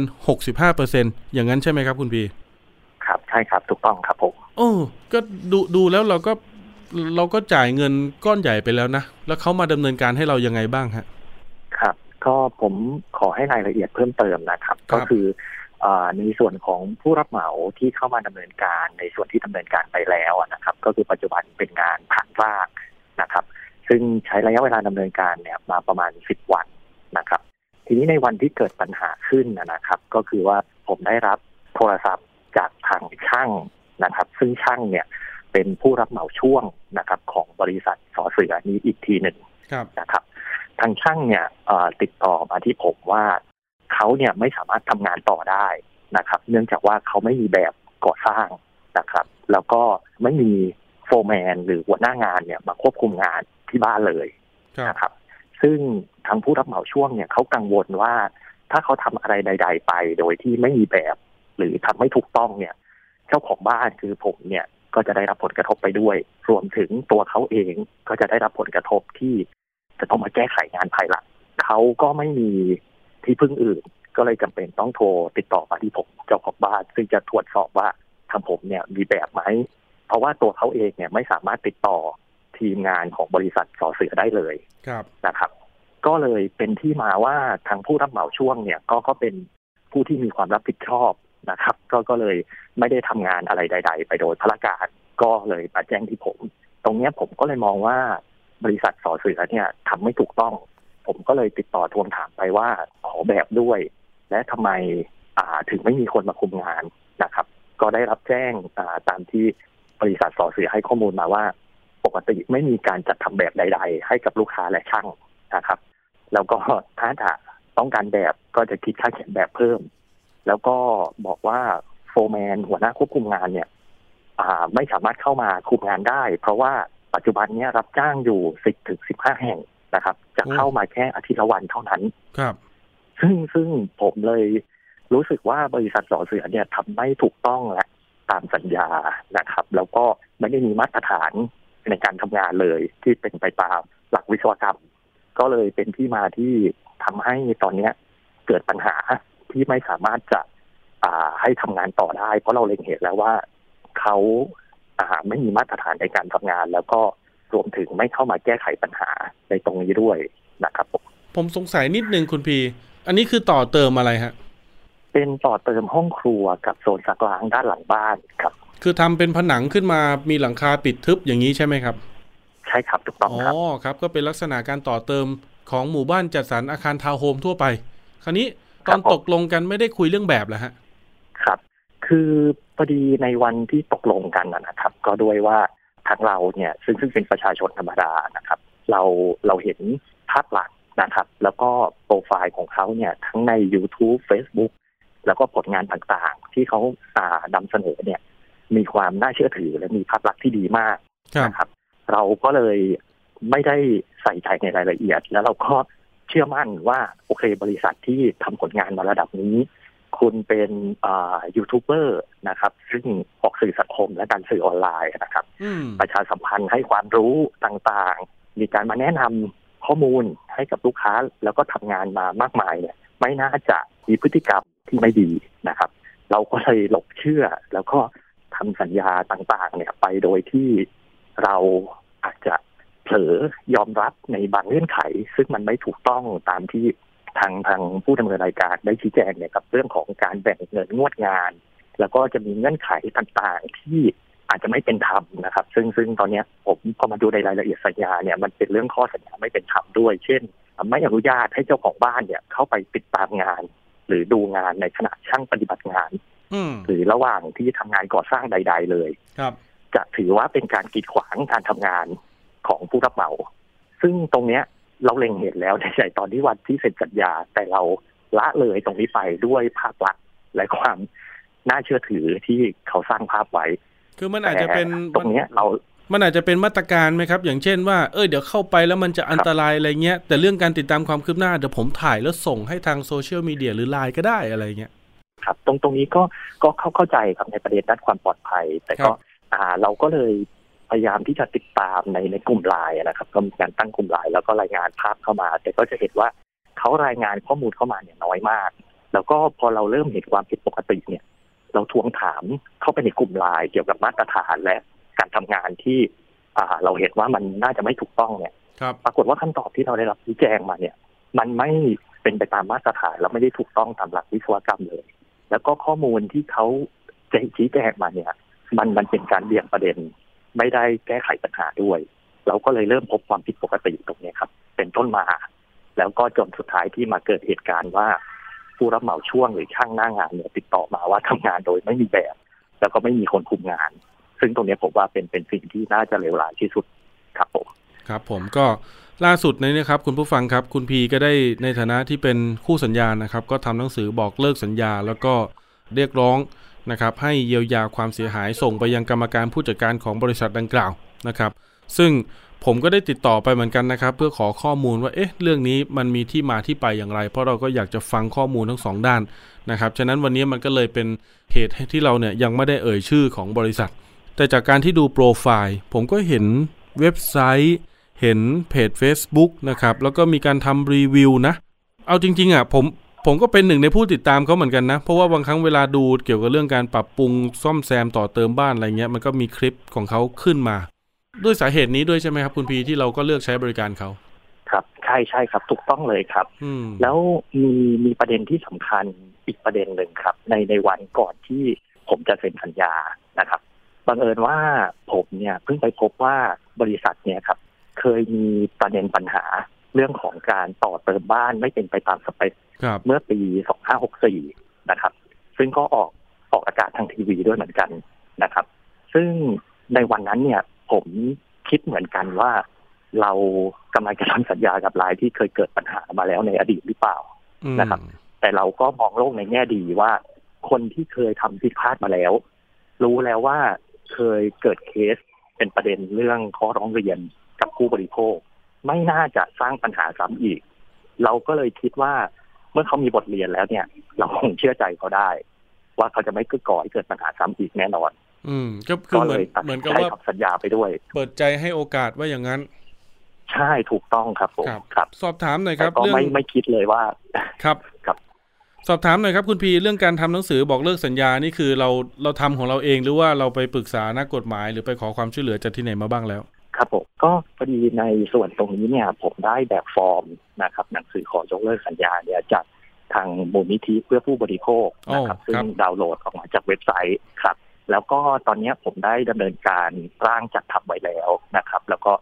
65% อย่างนั้นใช่ไหมครับคุณพีครับใช่ครับถูกต้องครับผมก็ดูแล้วเราก็จ่ายเงินก้อนใหญ่ไปแล้วนะแล้วเขามาดำเนินการให้เรายังไงบ้างฮะครับก็ผมขอให้รายละเอียดเพิ่มเติมนะครับก็คือในส่วนของผู้รับเหมาที่เข้ามาดำเนินการในส่วนที่ดำเนินการไปแล้วนะครับก็คือปัจจุบันเป็นงานผ่านรากนะครับซึ่งใช้ระยะเวลาดำเนินการเนี่ยมาประมาณ10 วันนะครับทีนี้ในวันที่เกิดปัญหาขึ้นนะครับก็คือว่าผมได้รับโทรศัพท์จากทางช่างนะครับซึ่งช่างเนี่ยเป็นผู้รับเหมาช่วงนะครับของบริษัทสเสือนี้อีกทีหนึ่งนะครับทางช่างเนี่ยติดต่อมาที่ผมว่าเขาเนี่ยไม่สามารถทำงานต่อได้นะครับเนื่องจากว่าเขาไม่มีแบบก่อสร้างนะครับแล้วก็ไม่มีโฟร์แมนหรือหัวหน้างานเนี่ยมาควบคุมงานที่บ้านเลยนะครับซึ่งทางผู้รับเหมาช่วงเนี่ยเขากังวลว่าถ้าเขาทำอะไรใดๆไปโดยที่ไม่มีแบบหรือทำไม่ถูกต้องเนี่ยเจ้าของบ้านคือผมเนี่ยก็จะได้รับผลกระทบไปด้วยรวมถึงตัวเขาเองก็จะได้รับผลกระทบที่จะต้องมาแก้ไขงานภายหลังเขาก็ไม่มีที่พึ่งอื่นก็เลยจำเป็นต้องโทรติดต่อมาที่ผมเจ้าของบ้านซึ่งจะตรวจสอบว่าทางผมเนี่ยมีแบบไหมเพราะว่าตัวเขาเองเนี่ยไม่สามารถติดต่อทีมงานของบริษัทสเสือได้เลยนะครับก็เลยเป็นที่มาว่าทางผู้รับเหมาช่วงเนี่ยก็เป็นผู้ที่มีความรับผิดชอบนะครับก็เลยไม่ได้ทำงานอะไรใดๆไปโดยพละการก็เลยมาแจ้งที่ผมตรงนี้ผมก็เลยมองว่าบริษัทสเสือเนี่ยทำไม่ถูกต้องผมก็เลยติดต่อทวงถามไปว่าขอแบบด้วยและทำไมถึงไม่มีคนมาคุมงานนะครับก็ได้รับแจ้งตามที่บริษัทสเสือให้ข้อมูลมาว่าปกติไม่มีการจัดทำแบบใดๆให้กับลูกค้าและช่างนะครับแล้วก็ถ้าต้องการแบบก็จะคิดค่าเขียนแบบเพิ่มแล้วก็บอกว่าโฟร์แมนหัวหน้าควบคุมงานเนี่ยไม่สามารถเข้ามาคุมงานได้เพราะว่าปัจจุบันนี้รับจ้างอยู่ 10-15 แห่งนะครับจะเข้ามาแค่อาทิตย์ละวันเท่านั้นครับซึ่งผมเลยรู้สึกว่าบริษัทสเสือเนี่ยทำไม่ถูกต้องและตามสัญญานะครับแล้วก็ไม่ได้มีมาตรฐานในการทำงานเลยที่เป็นไปตามหลักวิศวกรรมก็เลยเป็นที่มาที่ทำให้ตอนนี้เกิดปัญหาที่ไม่สามารถจะให้ทำงานต่อได้เพราะเราเล็งเห็นแล้วว่าเขาไม่มีมาตรฐานในการทำงานแล้วก็รวมถึงไม่เข้ามาแก้ไขปัญหาในตรงนี้ด้วยนะครับผมสงสัยนิดนึงคุณพีอันนี้คือต่อเติมอะไรฮะเป็นต่อเติมห้องครัวกับโซนซักล้างด้านหลังบ้านครับคือทำเป็นผนังขึ้นมามีหลังคาปิดทึบอย่างนี้ใช่ไหมครับใช่ครับถูกต้องครับครับก็เป็นลักษณะการต่อเติมของหมู่บ้านจัดสรรอาคารทาวน์โฮมทั่วไปคราวนี้ตอนตกลงกันไม่ได้คุยเรื่องแบบเหรอฮะครับคือพอดีในวันที่ตกลงกันนะครับก็ด้วยว่าทางเราเนี่ยซึ่งเป็นประชาชนธรรมดานะครับเราเห็นภาพลักษณ์นะครับแล้วก็โปรไฟล์ของเขาเนี่ยทั้งใน YouTube Facebook แล้วก็ผลงานต่างๆที่เขานำเสนอเนี่ยมีความน่าเชื่อถือและมีภาพลักษณ์ที่ดีมากนะครับเราก็เลยไม่ได้ใส่ใจในรายละเอียดแล้วเราก็เชื่อมั่นว่าโอเคบริษัทที่ทำผลงานมาระดับนี้คุณเป็นยูทูบเบอร์นะครับซึ่งออกสื่อสังคมและการสื่อออนไลน์นะครับประชาสัมพันธ์ให้ความรู้ต่างๆมีการมาแนะนำข้อมูลให้กับลูกค้าแล้วก็ทำงานมามากมายเนี่ยไม่น่าจะมีพฤติกรรมที่ไม่ดีนะครับเราก็เลยหลงเชื่อแล้วก็ทำสัญญาต่างๆเนี่ยไปโดยที่เราอาจจะเผลอยอมรับในบางเงื่อนไขซึ่งมันไม่ถูกต้องตามที่ทางผู้ดำเนินรายการได้ชี้แจงเนี่ยกับเรื่องของการแบ่งเงินงวดงานแล้วก็จะมีเงื่อนไขต่างๆที่อาจจะไม่เป็นธรรมนะครับซึ่งตอนนี้ผมพอมาดูในรายละเอียดสัญญาเนี่ยมันเป็นเรื่องข้อสัญญาไม่เป็นธรรมด้วยเช่นไม่อนุญาตให้เจ้าของบ้านเนี่ยเข้าไปติดตามงานหรือดูงานในขณะช่างปฏิบัติงานหรือระหว่างที่ทำงานก่อสร้างใดๆเลยจะถือว่าเป็นการกีดขวางการทำงานของผู้รับเหมาซึ่งตรงเนี้ยเราเล็งเห็นแล้วในใจตอนที่วันที่เซ็นสัญญาแต่เราละเลยตรงนี้ไปด้วยภาพลักษณ์และความน่าเชื่อถือที่เขาสร้างภาพไว้คือมันอาจจะเป็นตรงเนี้ยมันอาจจะเป็นมาตรการไหมครับอย่างเช่นว่าเดี๋ยวเข้าไปแล้วมันจะอันตรายอะไรเงี้ยแต่เรื่องการติดตามความคืบหน้าเดี๋ยวผมถ่ายแล้วส่งให้ทางโซเชียลมีเดียหรือไลน์ก็ได้อะไรเงี้ยครับตรงนี้ก็เข้าใจครับในประเด็นด้านความปลอดภัยแต่ก็เราก็เลยพยายามที่จะติดตามในกลุ่มไลน์นะครับก็มีการตั้งกลุ่มไลน์แล้วก็รายงานภาพเข้ามาแต่ก็จะเห็นว่าเขารายงานข้อมูลเข้ามาเนี่ยน้อยมากแล้วก็พอเราเริ่มเห็นความผิดปกติเนี่ยเราทวงถามเข้าไปในกลุ่มไลน์เกี่ยวกับมาตรฐานและการทำงานที่เราเห็นว่ามันน่าจะไม่ถูกต้องเนี่ยปรากฏว่าคำตอบที่เราได้รับชี้แจงมาเนี่ยมันไม่เป็นไปตามมาตรฐานและไม่ได้ถูกต้องตามหลักวิศวกรรมเลยแล้วก็ข้อมูลที่เขาชี้แจงมาเนี่ยมันเป็นการเบี่ยงประเด็นไม่ได้แก้ไขปัญหาด้วยเราก็เลยเริ่มพบความผิดปกติตรงนี้ครับเป็นต้นมาแล้วก็จนสุดท้ายที่มาเกิดเหตุการณ์ว่าผู้รับเหมาช่วงหรือช่างหน้างานเนี่ยติดต่อมาว่าทำงานโดยไม่มีแบบแล้วก็ไม่มีคนคุมงานซึ่งตรงนี้ผมว่าเป็นสิ่งที่น่าจะเลวร้ายที่สุดครับผมก็ล่าสุดนี้นะครับคุณผู้ฟังครับคุณพีก็ได้ในฐานะที่เป็นคู่สัญญานะครับก็ทำหนังสือบอกเลิกสัญญาแล้วก็เรียกร้องนะครับให้เยียวยาความเสียหายส่งไปยังกรรมการผู้จัดการของบริษัทดังกล่าวนะครับซึ่งผมก็ได้ติดต่อไปเหมือนกันนะครับเพื่อขอข้อมูลว่าเรื่องนี้มันมีที่มาที่ไปอย่างไรเพราะเราก็อยากจะฟังข้อมูลทั้งสองด้านนะครับฉะนั้นวันนี้มันก็เลยเป็นเหตุที่เราเนี่ยยังไม่ได้เอ่ยชื่อของบริษัทแต่จากการที่ดูโปรไฟล์ผมก็เห็นเว็บไซต์เห็นเพจ Facebook นะครับแล้วก็มีการทำรีวิวนะเอาจริงๆผมก็เป็นหนึ่งในผู้ติดตามเขาเหมือนกันนะเพราะว่าบางครั้งเวลาดูเกี่ยวกับเรื่องการปรับปรุงซ่อมแซมต่อเติมบ้านอะไรเงี้ยมันก็มีคลิปของเขาขึ้นมาด้วยสาเหตุนี้ด้วยใช่ไหมครับคุณพีที่เราก็เลือกใช้บริการเขาครับใช่ครับถูกต้องเลยครับแล้วมีประเด็นที่สำคัญอีกประเด็นหนึ่งครับในวันก่อนที่ผมจะเซ็นสัญญานะครับบังเอิญว่าผมเนี่ยเพิ่งไปพบว่าบริษัทเนี่ยครับเคยมีประเด็นปัญหาเรื่องของการต่อเติมบ้านไม่เป็นไปตามสเปคเมื่อปี2564นะครับซึ่งก็ออกอากาศทางทีวีด้วยเหมือนกันนะครับซึ่งในวันนั้นเนี่ยผมคิดเหมือนกันว่าเรากำลังจะทำสัญญากับรายที่เคยเกิดปัญหามาแล้วในอดีตหรือเปล่านะครับแต่เราก็มองโลกในแง่ดีว่าคนที่เคยทำผิดพลาดมาแล้วรู้แล้วว่าเคยเกิดเคสเป็นประเด็นเรื่องข้อร้องเรียนกับผู้บริโภคไม่น่าจะสร้างปัญหาซ้ำอีกเราก็เลยคิดว่าเมื่อเขามีบทเรียนแล้วเนี่ยเราคงเชื่อใจเขาได้ว่าเขาจะไม่ก่อให้เกิดปัญหาซ้ำอีกแน่นอนก็เหมือนกับว่าสัญญาไปด้วยเปิดใจให้โอกาสว่าอย่างนั้นใช่ถูกต้องครับผมครับสอบถามหน่อยครับเรื่องไม่คิดเลยว่าครับสอบถามหน่อยครับคุณพีเรื่องการทำหนังสือบอกเลิกสัญญานี่คือเราทำของเราเองหรือว่าเราไปปรึกษานักกฎหมายหรือไปขอความช่วยเหลือจากที่ไหนมาบ้างแล้วครับผมก็พอดีในส่วนตรงนี้เนี่ยผมได้แบบฟอร์มนะครับหนังสือขอยกเลิกสัญญาเนี่ยจากทางมูลนิธิเพื่อผู้บริโภคนะครับซึ่งดาวน์โหลดออกมาจากเว็บไซต์ครับแล้วก็ตอนนี้ผมได้ดำเนินการร่างจัดทำไว้แล้วนะครับแล้วก็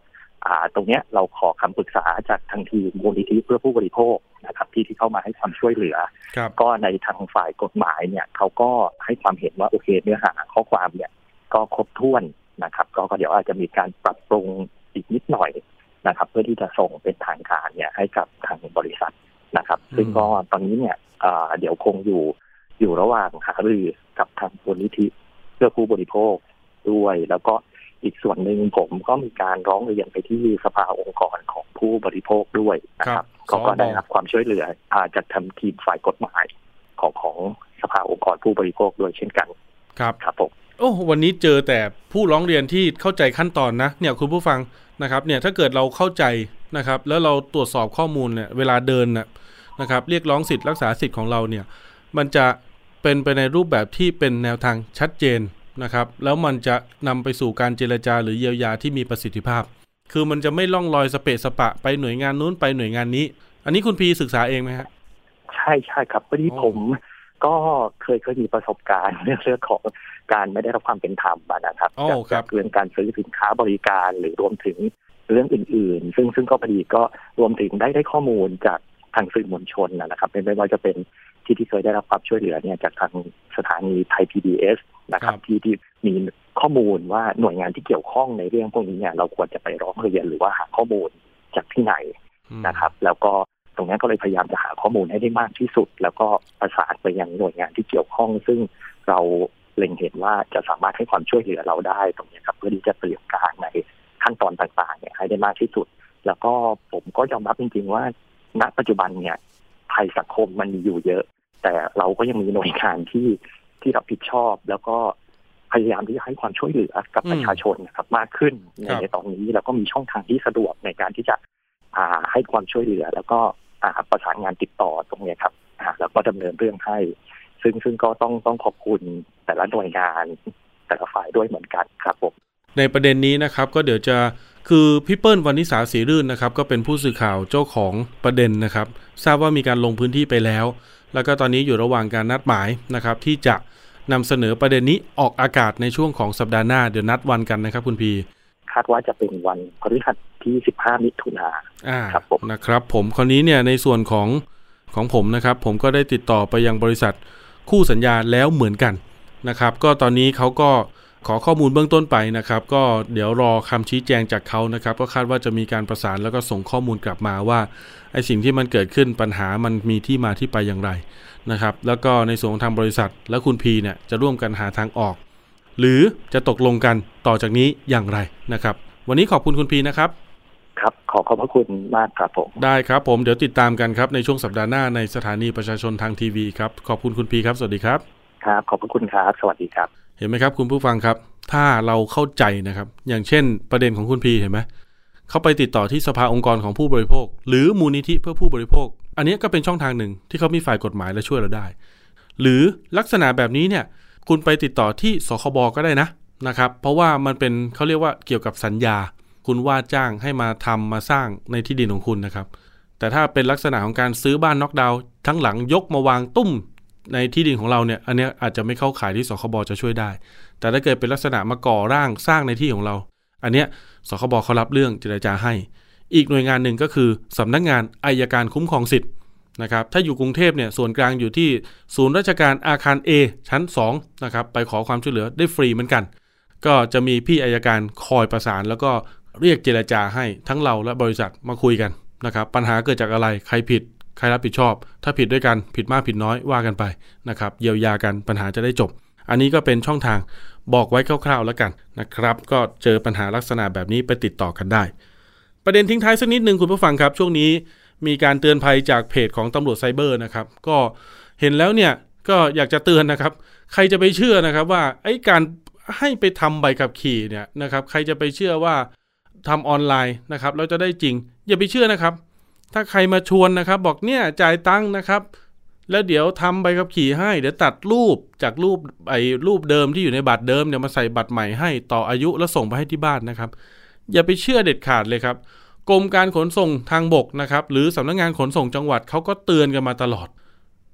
ตรงเนี้ยเราขอคำปรึกษาจากทางทีมมูลนิธิเพื่อผู้บริโภคนะครับที่เข้ามาให้ความช่วยเหลือก็ในทางฝ่ายกฎหมายเนี่ยเขาก็ให้ความเห็นว่าโอเคเนื้อหาข้อความเนี่ยก็ครบถ้วนนะครับก็เดี๋ยวอาจจะมีการปรับปรุงอีกนิดหน่อยนะครับเพื่อที่จะส่งเป็นทางการเนี่ยให้กับทางบริษัทนะครับซึ่งก็ตอนนี้เนี่ยเดี๋ยวคงอยู่ระหว่างหารือกับทางมูลนิธิเพื่อผู้บริโภคด้วยแล้วก็อีกส่วนหนึ่งผมก็มีการร้องเรียนไปที่สภาองค์กรของผู้บริโภคด้วยนะครับก็ได้รับความช่วยเหลือจากทางทีมฝ่ายกฎหมายของสภาองค์กรผู้บริโภคด้วยเช่นกันครับผมวันนี้เจอแต่ผู้ร้องเรียนที่เข้าใจขั้นตอนนะเนี่ยคุณผู้ฟังนะครับเนี่ยถ้าเกิดเราเข้าใจนะครับแล้วเราตรวจสอบข้อมูลเนี่ยเวลาเดินนะครับเรียกร้องสิทธิรักษาสิทธิ์ของเราเนี่ยมันจะเป็นไปในรูปแบบที่เป็นแนวทางชัดเจนนะครับแล้วมันจะนำไปสู่การเจรจาหรือเยียวยาที่มีประสิทธิภาพคือมันจะไม่ล่องลอยสเปะสปะไปหน่วยงานนู้นไปหน่วยงานนี้อันนี้คุณพีศึกษาเองไหมฮะใช่ครับพอดีผมก็เคยมีประสบการณ์เรื่องของการไม่ได้รับความเป็นธรรมนะครับจากเรื่องการซื้อสินค้าบริการหรือรวมถึงเรื่องอื่นๆซึ่งก็พอดีก็รวมถึงได้ข้อมูลจากทางสื่อมวลชนนะครับไม่ว่าจะเป็นที่เคยได้รับความช่วยเหลือเนี่ยจากทางสถานีไทย PBS นะครับที่มีข้อมูลว่าหน่วยงานที่เกี่ยวข้องในเรื่องพวกนี้เนี่ยเราควรจะไปร้องเรียนหรือว่าหาข้อมูลจากที่ไหนนะครับแล้วก็ตรงนี้ก็เลยพยายามจะหาข้อมูลให้ได้มากที่สุดแล้วก็ประสานไปยังหน่วยงานที่เกี่ยวข้องซึ่งเราเล็งเห็นว่าจะสามารถให้ความช่วยเหลือเราได้ตรงนี้ครับเพื่อที่จะเตรียมการในขั้นตอนต่างๆเนี่ยให้ได้มากที่สุดแล้วก็ผมก็ยอมรับจริงๆว่าณปัจจุบันเนี่ยภัยสังคมมันมีอยู่เยอะแต่เราก็ยังมีหน่วยงานที่รับผิดชอบแล้วก็พยายามที่จะให้ความช่วยเหลือกับประชาชนนะครับมากขึ้นในตอนนี้แล้วก็มีช่องทางที่สะดวกในการที่จะให้ความช่วยเหลือแล้วก็ประสานงานติดต่อตรงนี้ครับแล้วก็ดำเนินเรื่องให้ซึ่งก็ต้องขอบคุณแต่ละหน่วยงานแต่ละฝ่ายด้วยเหมือนกันครับผมในประเด็นนี้นะครับก็เดี๋ยวจะคือพี่เปิ้ลวรรณิสาศรีรื่นนะครับก็เป็นผู้สื่อข่าวเจ้าของประเด็นนะครับทราบว่ามีการลงพื้นที่ไปแล้วแล้วก็ตอนนี้อยู่ระหว่างการนัดหมายนะครับที่จะนำเสนอประเด็นนี้ออกอากาศในช่วงของสัปดาห์หน้าเดี๋ยวนัดวันกันนะครับคุณพีคาดว่าจะเป็นวันพฤหัสที่15มิถุนายนครับผมนะครับผมคราวนี้เนี่ยในส่วนของผมนะครับผมก็ได้ติดต่อไปยังบริษัทคู่สัญญาแล้วเหมือนกันนะครับก็ตอนนี้เขาก็ขอข้อมูลเบื้องต้นไปนะครับก็เดี๋ยวรอคำชี้แจงจากเขานะครับก็คาดว่าจะมีการประสานแล้วก็ส่งข้อมูลกลับมาว่าไอ้สิ่งที่มันเกิดขึ้นปัญหามันมีที่มาที่ไปอย่างไรนะครับแล้วก็ในส่วนของทางบริษัทและคุณพีเนี่ยจะร่วมกันหาทางออกหรือจะตกลงกันต่อจากนี้อย่างไรนะครับวันนี้ขอบคุณคุณพีนะครับครับขอบพระคุณมากครับผมได้ครับผมเดี๋ยวติดตามกันครับในช่วงสัปดาห์หน้าในสถานีประชาชนทางทีวีครับขอบคุณคุณพีครับสวัสดีครับครับขอบพระคุณครับสวัสดีครับเห็นไหมครับคุณผู้ฟังครับถ้าเราเข้าใจนะครับอย่างเช่นประเด็นของคุณพีเห็นไหมเขาไปติดต่อที่สภาองค์กรของผู้บริโภคหรือมูลนิธิเพื่อผู้บริโภคอันนี้ก็เป็นช่องทางหนึ่งที่เขามีฝ่ายกฎหมายและช่วยเราได้หรือลักษณะแบบนี้เนี่ยคุณไปติดต่อที่สคบก็ได้นะครับเพราะว่ามันเป็นเขาเรียกว่าเกี่ยวกับสัญญาคุณว่าจ้างให้มาทำมาสร้างในที่ดินของคุณนะครับแต่ถ้าเป็นลักษณะของการซื้อบ้านน็อกดาวน์ทั้งหลังยกมาวางตุ้มในที่ดินของเราเนี่ยอันนี้อาจจะไม่เข้าข่ายที่สคบจะช่วยได้แต่ถ้าเกิดเป็นลักษณะมาก่อร่างสร้างในที่ของเราอันเนี้ยสคบเขารับเรื่องเจรจาให้อีกหน่วยงานหนึ่งก็คือสำนักงานอัยการคุ้มครองสิทธิ์นะครับถ้าอยู่กรุงเทพเนี่ยส่วนกลางอยู่ที่ศูนย์ราชการอาคาร A ชั้น2นะครับไปขอความช่วยเหลือได้ฟรีเหมือนกันก็จะมีพี่อัยการคอยประสานแล้วก็เรียกเจรจาให้ทั้งเราและบริษัทมาคุยกันนะครับปัญหาเกิดจากอะไรใครผิดใครรับผิดชอบถ้าผิดด้วยกันผิดมากผิดน้อยว่ากันไปนะครับเยียวยากันปัญหาจะได้จบอันนี้ก็เป็นช่องทางบอกไว้คร่าวๆแล้วกันนะครับก็เจอปัญหาลักษณะแบบนี้ไปติดต่อกันได้ประเด็นทิ้งท้ายสักนิดนึงคุณผู้ฟังครับช่วงนี้มีการเตือนภัยจากเพจของตำรวจไซเบอร์นะครับก็เห็นแล้วเนี่ยก็อยากจะเตือนนะครับใครจะไปเชื่อนะครับว่าไอ้การให้ไปทำใบขับขี่เนี่ยนะครับใครจะไปเชื่อว่าทำออนไลน์นะครับแล้วจะได้จริงอย่าไปเชื่อนะครับถ้าใครมาชวนนะครับบอกเนี่ยจ่ายตังค์นะครับแล้วเดี๋ยวทำใบขับขี่ให้เดี๋ยวตัดรูปจากรูปเดิมที่อยู่ในบัตรเดิมเดี๋ยวมาใส่บัตรใหม่ให้ต่ออายุแล้วส่งไปให้ที่บ้านนะครับอย่าไปเชื่อเด็ดขาดเลยครับกรมการขนส่งทางบกนะครับหรือสำนักงานขนส่งจังหวัดเขาก็เตือนกันมาตลอด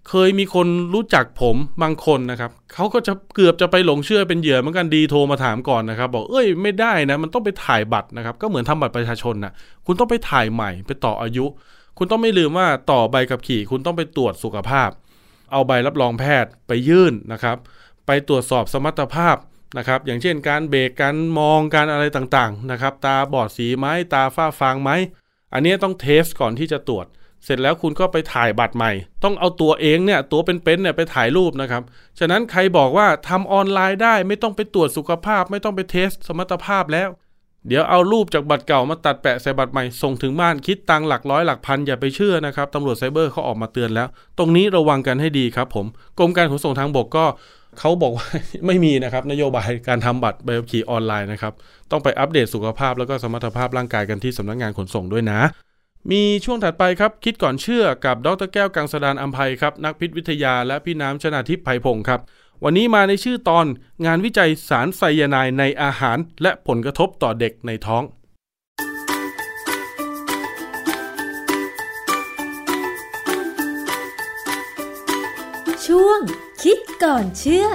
เคยมีคนรู้จักผมบางคนนะครับเขาก็จะเกือบจะไปหลงเชื่อเป็นเหยื่อเหมือนกันดีโทรมาถามก่อนนะครับบอกไม่ได้นะมันต้องไปถ่ายบัตรนะครับก็เหมือนทำบัตรประชาชนนะคุณต้องไปถ่ายใหม่ไปต่ออายุคุณต้องไม่ลืมว่าต่อใบขับขี่คุณต้องไปตรวจสุขภาพเอาใบรับรองแพทย์ไปยื่นนะครับไปตรวจสอบสมรรถภาพนะครับอย่างเช่นการเบรกการมองการอะไรต่างๆนะครับตาบอดสีไหมตาฝ้าฟางไหมอันนี้ต้องเทสก่อนที่จะตรวจเสร็จแล้วคุณก็ไปถ่ายบัตรใหม่ต้องเอาตัวเองเนี่ยตัวเป็นๆเนี่ยไปถ่ายรูปนะครับฉะนั้นใครบอกว่าทำออนไลน์ได้ไม่ต้องไปตรวจสุขภาพไม่ต้องไปเทสสมรรถภาพแล้วเดี๋ยวเอารูปจากบัตรเก่ามาตัดแปะใส่บัตรใหม่ส่งถึงบ้านคิดตังค์หลักร้อยหลักพันอย่าไปเชื่อนะครับตำรวจไซเบอร์เขาออกมาเตือนแล้วตรงนี้ระวังกันให้ดีครับผมกรมการขนส่งทางบกก็เขาบอกว่า ไม่มีนะครับนโยบายการทำบัตรใบขับขี่ออนไลน์นะครับต้องไปอัปเดตสุขภาพแล้วก็สมรรถภาพร่างกายกันที่สำนักงานขนส่งด้วยนะมีช่วงถัดไปครับคิดก่อนเชื่อกับดร.แก้วกังสดาลอำไพครับนักพิษวิทยาและพี่น้ำชนาทิพย์ไพพงศ์ครับวันนี้มาในชื่อตอนงานวิจัยสารไซยาไนด์ในอาหารและผลกระทบต่อเด็กในท้องช่วงคิดก่อนเชื่อ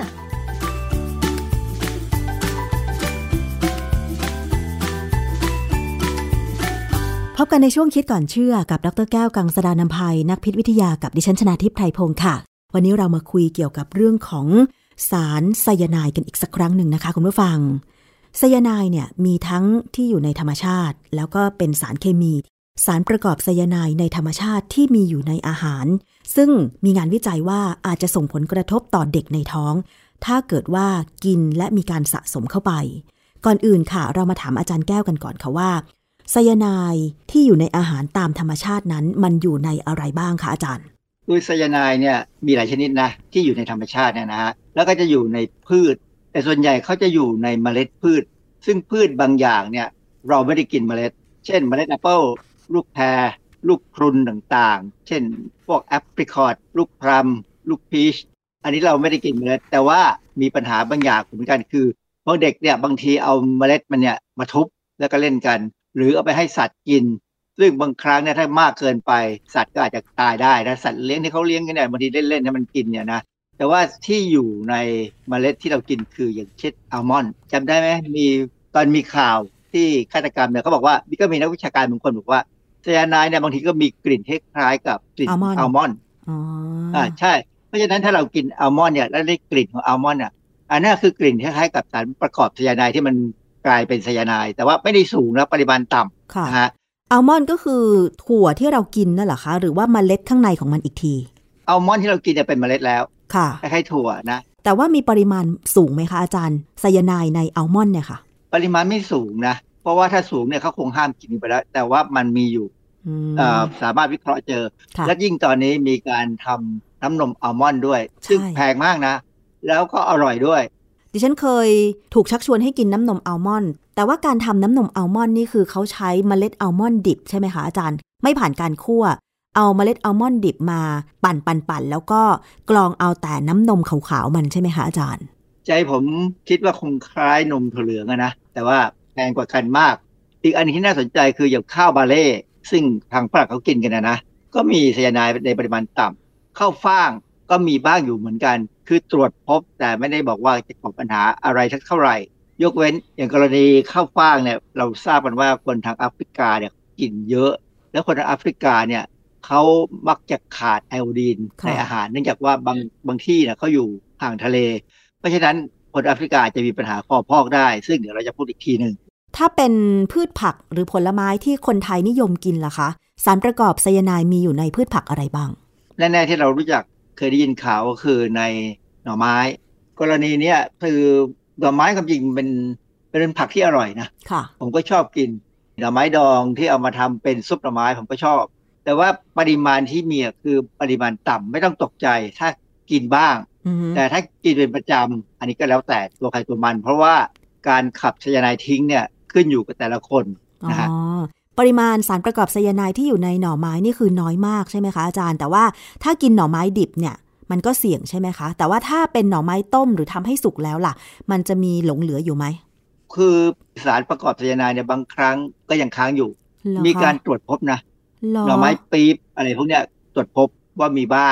พบกันในช่วงคิดก่อนเชื่อกับดร.แก้วกังสดาลอำไพนักพิษวิทยากับดิฉันชนาทิพย์ไพพงศ์ค่ะวันนี้เรามาคุยเกี่ยวกับเรื่องของสารไซยาไนด์กันอีกสักครั้งหนึ่งนะคะคุณผู้ฟังไซยาไนด์เนี่ยมีทั้งที่อยู่ในธรรมชาติแล้วก็เป็นสารเคมีสารประกอบไซยาไนด์ในธรรมชาติที่มีอยู่ในอาหารซึ่งมีงานวิจัยว่าอาจจะส่งผลกระทบต่อเด็กในท้องถ้าเกิดว่ากินและมีการสะสมเข้าไปก่อนอื่นค่ะเรามาถามอาจารย์แก้วกันก่อนค่ะว่าไซยาไนด์ที่อยู่ในอาหารตามธรรมชาตินั้นมันอยู่ในอะไรบ้างคะอาจารย์คือไซยาไนด์เนี่ยมีหลายชนิดนะที่อยู่ในธรรมชาติเนี่ยนะฮะแล้วก็จะอยู่ในพืชแต่ส่วนใหญ่เขาจะอยู่ในเมล็ดพืชซึ่งพืชบางอย่างเนี่ยเราไม่ได้กินเมล็ดเช่นเมล็ดแอปเปิลลูกแพรลูกพรุนต่างๆเช่นพวกแอปริคอตลูกพลัมลูกพีชอันนี้เราไม่ได้กินเมล็ดแต่ว่ามีปัญหาบางอย่างเหมือนกันคือพวกเด็กเนี่ยบางทีเอาเมล็ดมันเนี่ยมาทุบแล้วก็เล่นกันหรือเอาไปให้สัตว์กินซึ่งบางครั้งเนี่ยถ้ามากเกินไปสัตว์ก็อาจจะตายได้นะสัตว์เลี้ยงที่เขาเลี้ยงกันเนี่ยบางทีเล่นๆให้มันกินเนี่ยนะแต่ว่าที่อยู่ในเมล็ดที่เรากินคืออย่างเช่นอัลมอนด์จำได้ไหมมีตอนมีข่าวที่ฆาตกรรมเนี่ยเขาบอกว่าก็มีนักวิชาการบางคนบอกว่าไซยาไนด์เนี่ยบางทีก็มีกลิ่นคล้ายๆกับกลิ่นอัลมอนด์ใช่เพราะฉะนั้นถ้าเรากินอัลมอนด์เนี่ยแล้วได้กลิ่นของอัลมอนด์อ่ะอันนั้นคือกลิ่นคล้ายๆกับสารประกอบไซยาไนด์ที่มันกลายเป็นไซยาไนด์แต่ว่าไม่ได้สูงนะปริมาณต่ำนะฮะอัลมอนด์ก็คือถั่วที่เรากินนั่นเหรอคะหรือว่าเมล็ดข้างในของมันอีกทีอัลมอนด์ที่เรากินเนี่ยเป็นเมล็ดแล้วค่ะคล้ายๆถั่วนะแต่ว่ามีปริมาณสูงไหมคะอาจารย์ไซยาไนด์ในอัลมอนด์เนี่ยค่ะปริมาณไม่สูงนะเพราะว่าถ้าสูงเนี่ยเขาคงห้ามกินไปแล้วแต่ว่ามันมีอยู่สามารถวิเคราะห์เจอและยิ่งตอนนี้มีการทำน้ำนมอัลมอนด์ด้วยซึ่งแพงมากนะแล้วก็อร่อยด้วยดิฉันเคยถูกชักชวนให้กินน้ำนมอัลมอนด์แต่ว่าการทำน้ำนมอัลมอนด์นี่คือเขาใช้เมล็ดอัลมอนด์ดิบใช่ไหมคะอาจารย์ไม่ผ่านการคั่วเอาเมล็ดอัลมอนด์ดิบมาปั่นแล้วก็กรองเอาแต่น้ำนมขาวๆมันใช่ไหมคะอาจารย์ใจผมคิดว่าคงคล้ายนมถั่วเหลืองนะแต่ว่าแพงกว่ากันมากอีกอันที่น่าสนใจคืออย่างข้าวบาเล่ซึ่งทางฝรั่งเขากินกันนะก็มีไซยาไนด์ในปริมาณต่ำข้าวฟ่างก็มีบ้างอยู่เหมือนกันคือตรวจพบแต่ไม่ได้บอกว่าจะก่อปัญหาอะไรสักเท่าไหร่ยกเว้นอย่างกรณีข้าวฟ่างเนี่ยเราทราบกันว่าคนทางแอฟริกาเนี่ยกินเยอะแล้วคนทางแอฟริกาเนี่ยเขามักจะขาดไอโอดีนในอาหารเนื่องจากว่าบางที่เนี่ยเขาอยู่ห่างทะเลเพราะฉะนั้นคนแอฟริกาจะมีปัญหาคอพอกได้ซึ่งเดี๋ยวเราจะพูดอีกทีนึงถ้าเป็นพืชผักหรือผลไม้ที่คนไทยนิยมกินล่ะคะสารประกอบไซยาไนด์มีอยู่ในพืชผักอะไรบ้างแน่ๆที่เรารู้จักเคยได้ยินข่าวก็คือในหน่อไม้กรณีนี้คือหน่อไม้ความจริงเป็นผักที่อร่อยนะผมก็ชอบกินหน่อไม้ดองที่เอามาทำเป็นซุปหน่อไม้ผมก็ชอบแต่ว่าปริมาณที่มีคือปริมาณต่ำไม่ต้องตกใจถ้ากินบ้างแต่ถ้ากินเป็นประจำอันนี้ก็แล้วแต่ตัวใครตัวมันเพราะว่าการขับไซยาไนด์ทิ้งเนี่ยขึ้นอยู่กับแต่ละคนนะฮะปริมาณสารประกอบไซยาไนด์ที่อยู่ในหน่อไม้นี่คือน้อยมากใช่ไหมคะอาจารย์แต่ว่าถ้ากินหน่อไม้ดิบเนี่ยมันก็เสี่ยงใช่ไหมคะแต่ว่าถ้าเป็นหน่อไม้ต้มหรือทำให้สุกแล้วล่ะมันจะมีหลงเหลืออยู่ไหมคือสารประกอบไซยาไนด์เนี่ยบางครั้งก็ยังค้างอยู่มีการตรวจพบนะหน่อไม้ปี๊บอะไรพวกเนี้ยตรวจพบว่ามีบ้าง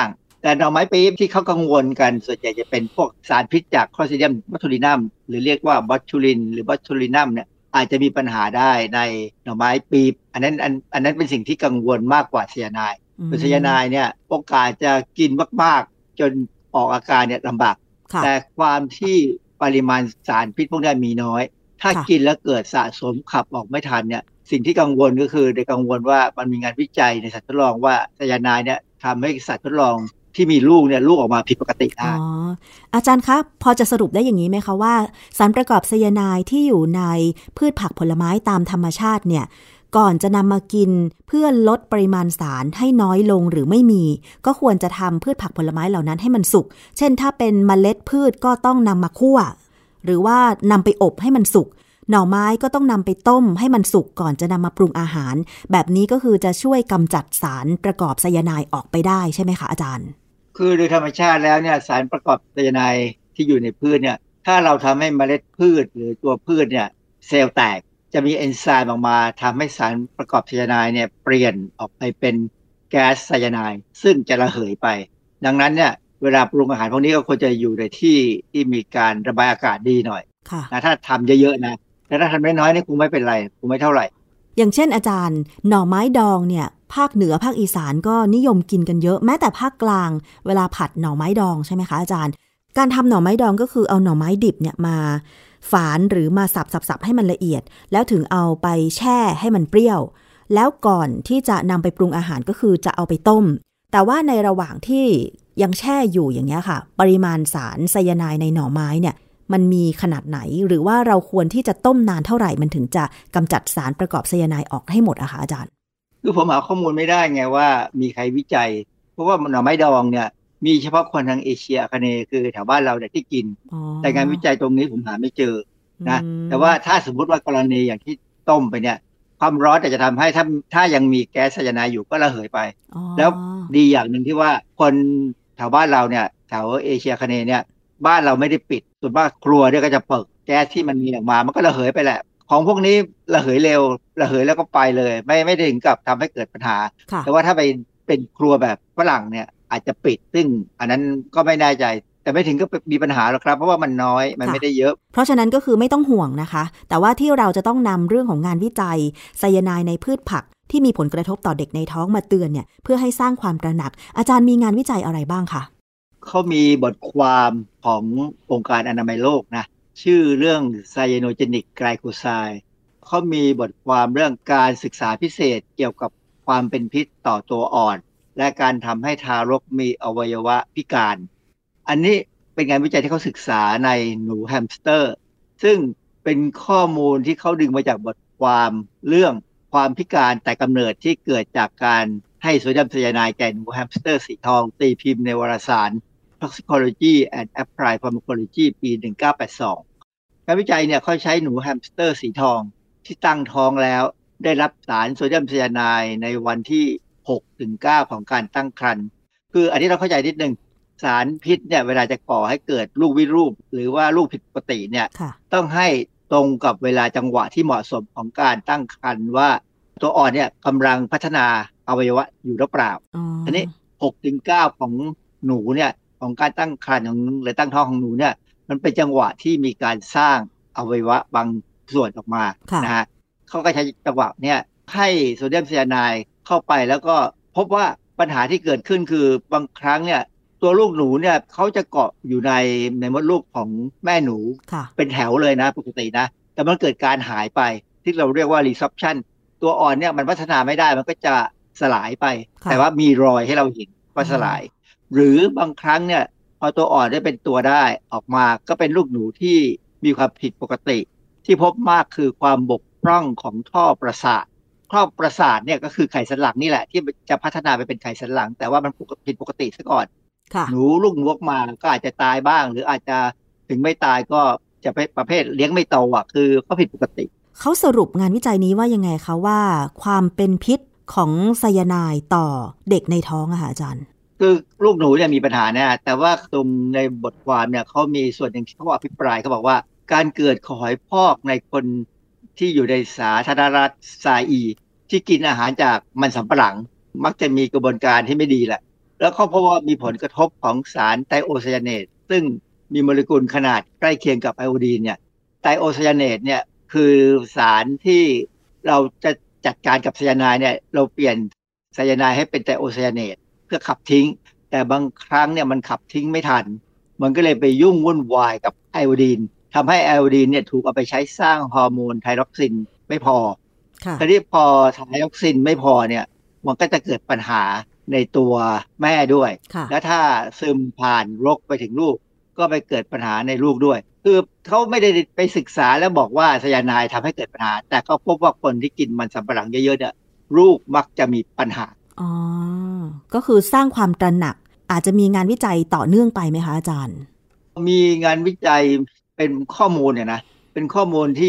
แต่หน่อไม้ปี๊บที่เขากังวลกันส่วนใหญ่จะเป็นพวกสารพิษจากคลอสตริเดียมบอทูลินัมหรือเรียกว่าบอทูลินหรือบอทูลินัมเนี่ยอาจจะมีปัญหาได้ในหน่อไม้ปี๊บอันนั้นเป็นสิ่งที่กังวลมากกว่าไซยาไนด์คือไซยาไนด์เนี่ยโอกาสจะกินมากๆจนออกอาการเนี่ยลำบากแต่ความที่ปริมาณสารพิษพวกนี้มีน้อยถ้ากินแล้วเกิดสะสมขับออกไม่ทันเนี่ยสิ่งที่กังวลก็คือได้กังวลว่ามันมีงานวิจัยในสัตว์ทดลองว่าไซยาไนด์เนี่ยทำให้สัตว์ทดลองที่มีลูกเนี่ยลูกออกมาผิดปกติได้อาจารย์ครับพอจะสรุปได้อย่างนี้ไหมคะว่าสารประกอบไซยาไนด์ที่อยู่ในพืชผักผลไม้ตามธรรมชาติเนี่ยก่อนจะนำมากินเพื่อลดปริมาณสารให้น้อยลงหรือไม่มีก็ควรจะทำพืชผักผลไม้เหล่านั้นให้มันสุกเช่นถ้าเป็นเมล็ดพืชก็ต้องนำมาคั่วหรือว่านำไปอบให้มันสุกหน่อไม้ก็ต้องนำไปต้มให้มันสุกก่อนจะนำมาปรุงอาหารแบบนี้ก็คือจะช่วยกำจัดสารประกอบไซยาไนด์ออกไปได้ใช่ไหมคะอาจารย์คือโดยธรรมชาติแล้วเนี่ยสารประกอบไซยาไนด์ที่อยู่ในพืชเนี่ยถ้าเราทำให้เมล็ดพืชหรือตัวพืชเนี่ยเซลล์แตกจะมีเอนไซม์ออกมาทำให้สารประกอบไซยาไนด์เนี่ยเปลี่ยนออกไปเป็นแก๊สไซยาไนด์ซึ่งจะระเหยไปดังนั้นเนี่ยเวลาปรุงอาหารพวกนี้ก็ควรจะอยู่ในที่มีการระบายอากาศดีหน่อยนะถ้าทำเยอะๆนะแต่ถ้าทำน้อยๆนี่คงไม่เป็นไรคงไม่เท่าไหร่อย่างเช่นอาจารย์หน่อไม้ดองเนี่ยภาคเหนือภาคอีสานก็นิยมกินกันเยอะแม้แต่ภาคกลางเวลาผัดหน่อไม้ดองใช่ไหมคะอาจารย์การทำหน่อไม้ดองก็คือเอาหน่อไม้ดิบเนี่ยมาฝานหรือมาสับให้มันละเอียดแล้วถึงเอาไปแช่ให้มันเปรี้ยวแล้วก่อนที่จะนำไปปรุงอาหารก็คือจะเอาไปต้มแต่ว่าในระหว่างที่ยังแช่อยู่อย่างเงี้ยค่ะปริมาณสารไซยาไนด์ในหน่อไม้เนี่ยมันมีขนาดไหนหรือว่าเราควรที่จะต้มนานเท่าไหร่มันถึงจะกำจัดสารประกอบไซยาไนด์ออกให้หมดอะคะอาจารย์คือผมหาข้อมูลไม่ได้ไงว่ามีใครวิจัยเพราะว่าหน่อไม้ดองเนี่ยมีเฉพาะคนทางเอเชียอาคเนย์คือแถวบ้านเราเนี่ยที่กินแต่งานวิจัยตรงนี้ผมหาไม่เจอนะแต่ว่าถ้าสมมติว่ากรณีอย่างที่ต้มไปเนี่ยความร้อนอาจจะทำให้ถ้ายังมีแก๊สไซยาไนด์อยู่ก็ระเหยไปแล้วดีอย่างหนึ่งที่ว่าคนแถวบ้านเราเนี่ยแถวเอเชียอาคเนย์เนี่ยบ้านเราไม่ได้ปิดส่วนมากครัวเนี่ยก็จะเปิดแก๊สที่มันมีออกมามันก็ระเหยไปแหละของพวกนี้ระเหยเร็วระเหยแล้วก็ไปเลยไม่ได้ถึงกับทำให้เกิดปัญหาแต่ว่าถ้าไปเป็นครัวแบบฝรั่งเนี่ยอาจจะปิดซึ่งอันนั้นก็ไม่แน่ใจแต่ไม่ถึงก็มีปัญหาหรอกครับเพราะว่ามันน้อยมันไม่ได้เยอะเพราะฉะนั้นก็คือไม่ต้องห่วงนะคะแต่ว่าที่เราจะต้องนำเรื่องของงานวิจัยไซยาไนด์ในพืชผักที่มีผลกระทบต่อเด็กในท้องมาเตือนเนี่ยเพื่อให้สร้างความตระหนักอาจารย์มีงานวิจัยอะไรบ้างคะเขามีบทความขององค์การอนามัยโลกนะชื่อเรื่อง Cyanogenic Glycoside เขามีบทความเรื่องการศึกษาพิเศษเกี่ยวกับความเป็นพิษต่อตัวอ่อนและการทำให้ทารกมีอวัยวะพิการอันนี้เป็นงานวิจัยที่เขาศึกษาในหนูแฮมสเตอร์ซึ่งเป็นข้อมูลที่เขาดึงมาจากบทความเรื่องความพิการแต่กำเนิดที่เกิดจากการให้โซเดียมไซยาไนด์แก่หนูแฮมสเตอร์สีทองตีพิมพ์ในวารสาร Toxicology and Applied Pharmacology ปี 1982 งานวิจัยเนี่ยเขาใช้หนูแฮมสเตอร์สีทองที่ตั้งท้องแล้วได้รับสารโซเดียมไซยาไนด์ในวันที่ 6-9 ของการตั้งครรภ์คืออันนี้เราเข้าใจนิดนึงสารพิษเนี่ยเวลาจะก่อให้เกิดลูกวิรูปหรือว่าลูกผิดปกติเนี่ยต้องให้ตรงกับเวลาจังหวะที่เหมาะสมของการตั้งครรภ์ว่าตัวอ่อนเนี่ยกำลังพัฒนาอวัยวะอยู่หรือเปล่าอันนี้ 6-9 ของหนูเนี่ยของการตั้งครรภ์ของหรือตั้งท้องของหนูเนี่ยมันเป็นจังหวะที่มีการสร้างอวัยวะบางส่วนออกมานะฮะเขาก็ใช้จังหวะเนี่ยให้โซเดียมไซยาไนด์เข้าไปแล้วก็พบว่าปัญหาที่เกิดขึ้นคือบางครั้งเนี่ยตัวลูกหนูเนี่ยเขาจะเกาะอยู่ในมดลูกของแม่หนูเป็นแถวเลยนะปกตินะแต่มันเกิดการหายไปที่เราเรียกว่า resorption ตัวอ่อนเนี่ยมันพัฒนาไม่ได้มันก็จะสลายไปแต่ว่ามีรอยให้เราเห็นว่าสลายหรือบางครั้งเนี่ยพอตัวอ่อนได้เป็นตัวได้ออกมาก็เป็นลูกหนูที่มีความผิดปกติที่พบมากคือความบกพร่องของท่อประสาทเนี่ยก็คือไขสันหลังนี่แหละที่จะพัฒนาไปเป็นไขสันหลังแต่ว่ามันผิดปกติซะก่อนหนูลูกหนูออกมาก็อาจจะตายบ้างหรืออาจจะถึงไม่ตายก็จะเป็นประเภทเลี้ยงไม่โตอ่ะคือก็ผิดปกติเขาสรุปงานวิจัยนี้ว่ายังไงคะว่าความเป็นพิษของไซยาไนด์ต่อเด็กในท้องอะค่ะอาจารย์คือลูกหนูเนี่ยมีปัญหาแน่แต่ว่าตรงในบทความเนี่ยเขามีส่วนหนึ่งที่เขาอภิปรายเขาบอกว่าการเกิดหอยพอกในคนที่อยู่ในสาธารณรัฐซาอีที่กินอาหารจากมันสำปะหลังมักจะมีกระบวนการที่ไม่ดีแหละแล้วเขาพบว่ามีผลกระทบของสารไทโอไซยาเนตซึ่งมีโมเลกุลขนาดใกล้เคียงกับไอโอดีนเนี่ยไทโอไซยาเนตเนี่ยคือสารที่เราจะจัดการกับไซยาไนด์เนี่ยเราเปลี่ยนไซยาไนด์ให้เป็นไทโอไซยาเนตเพื่อขับทิ้งแต่บางครั้งเนี่ยมันขับทิ้งไม่ทันมันก็เลยไปยุ่งวุ่นวายกับไอโอดีนทำให้ไอโอดีนเนี่ยถูกเอาไปใช้สร้างฮอร์โมนไทรอกซินไม่พอทีนี้พอไทรอกซินไม่พอเนี่ยมันก็จะเกิดปัญหาในตัวแม่ด้วยและถ้าซึมผ่านรกไปถึงลูกก็ไปเกิดปัญหาในลูกด้วยคือเขาไม่ได้ไปศึกษาแล้วบอกว่าไซยาไนด์ทำให้เกิดปัญหาแต่เขาพบว่าคนที่กินมันสำปะหลังเยอะๆเนี่ยลูกมักจะมีปัญหาอ๋อก็คือสร้างความตระหนักอาจจะมีงานวิจัยต่อเนื่องไปไหมคะอาจารย์มีงานวิจัยเป็นข้อมูลเนี่ยนะเป็นข้อมูลที่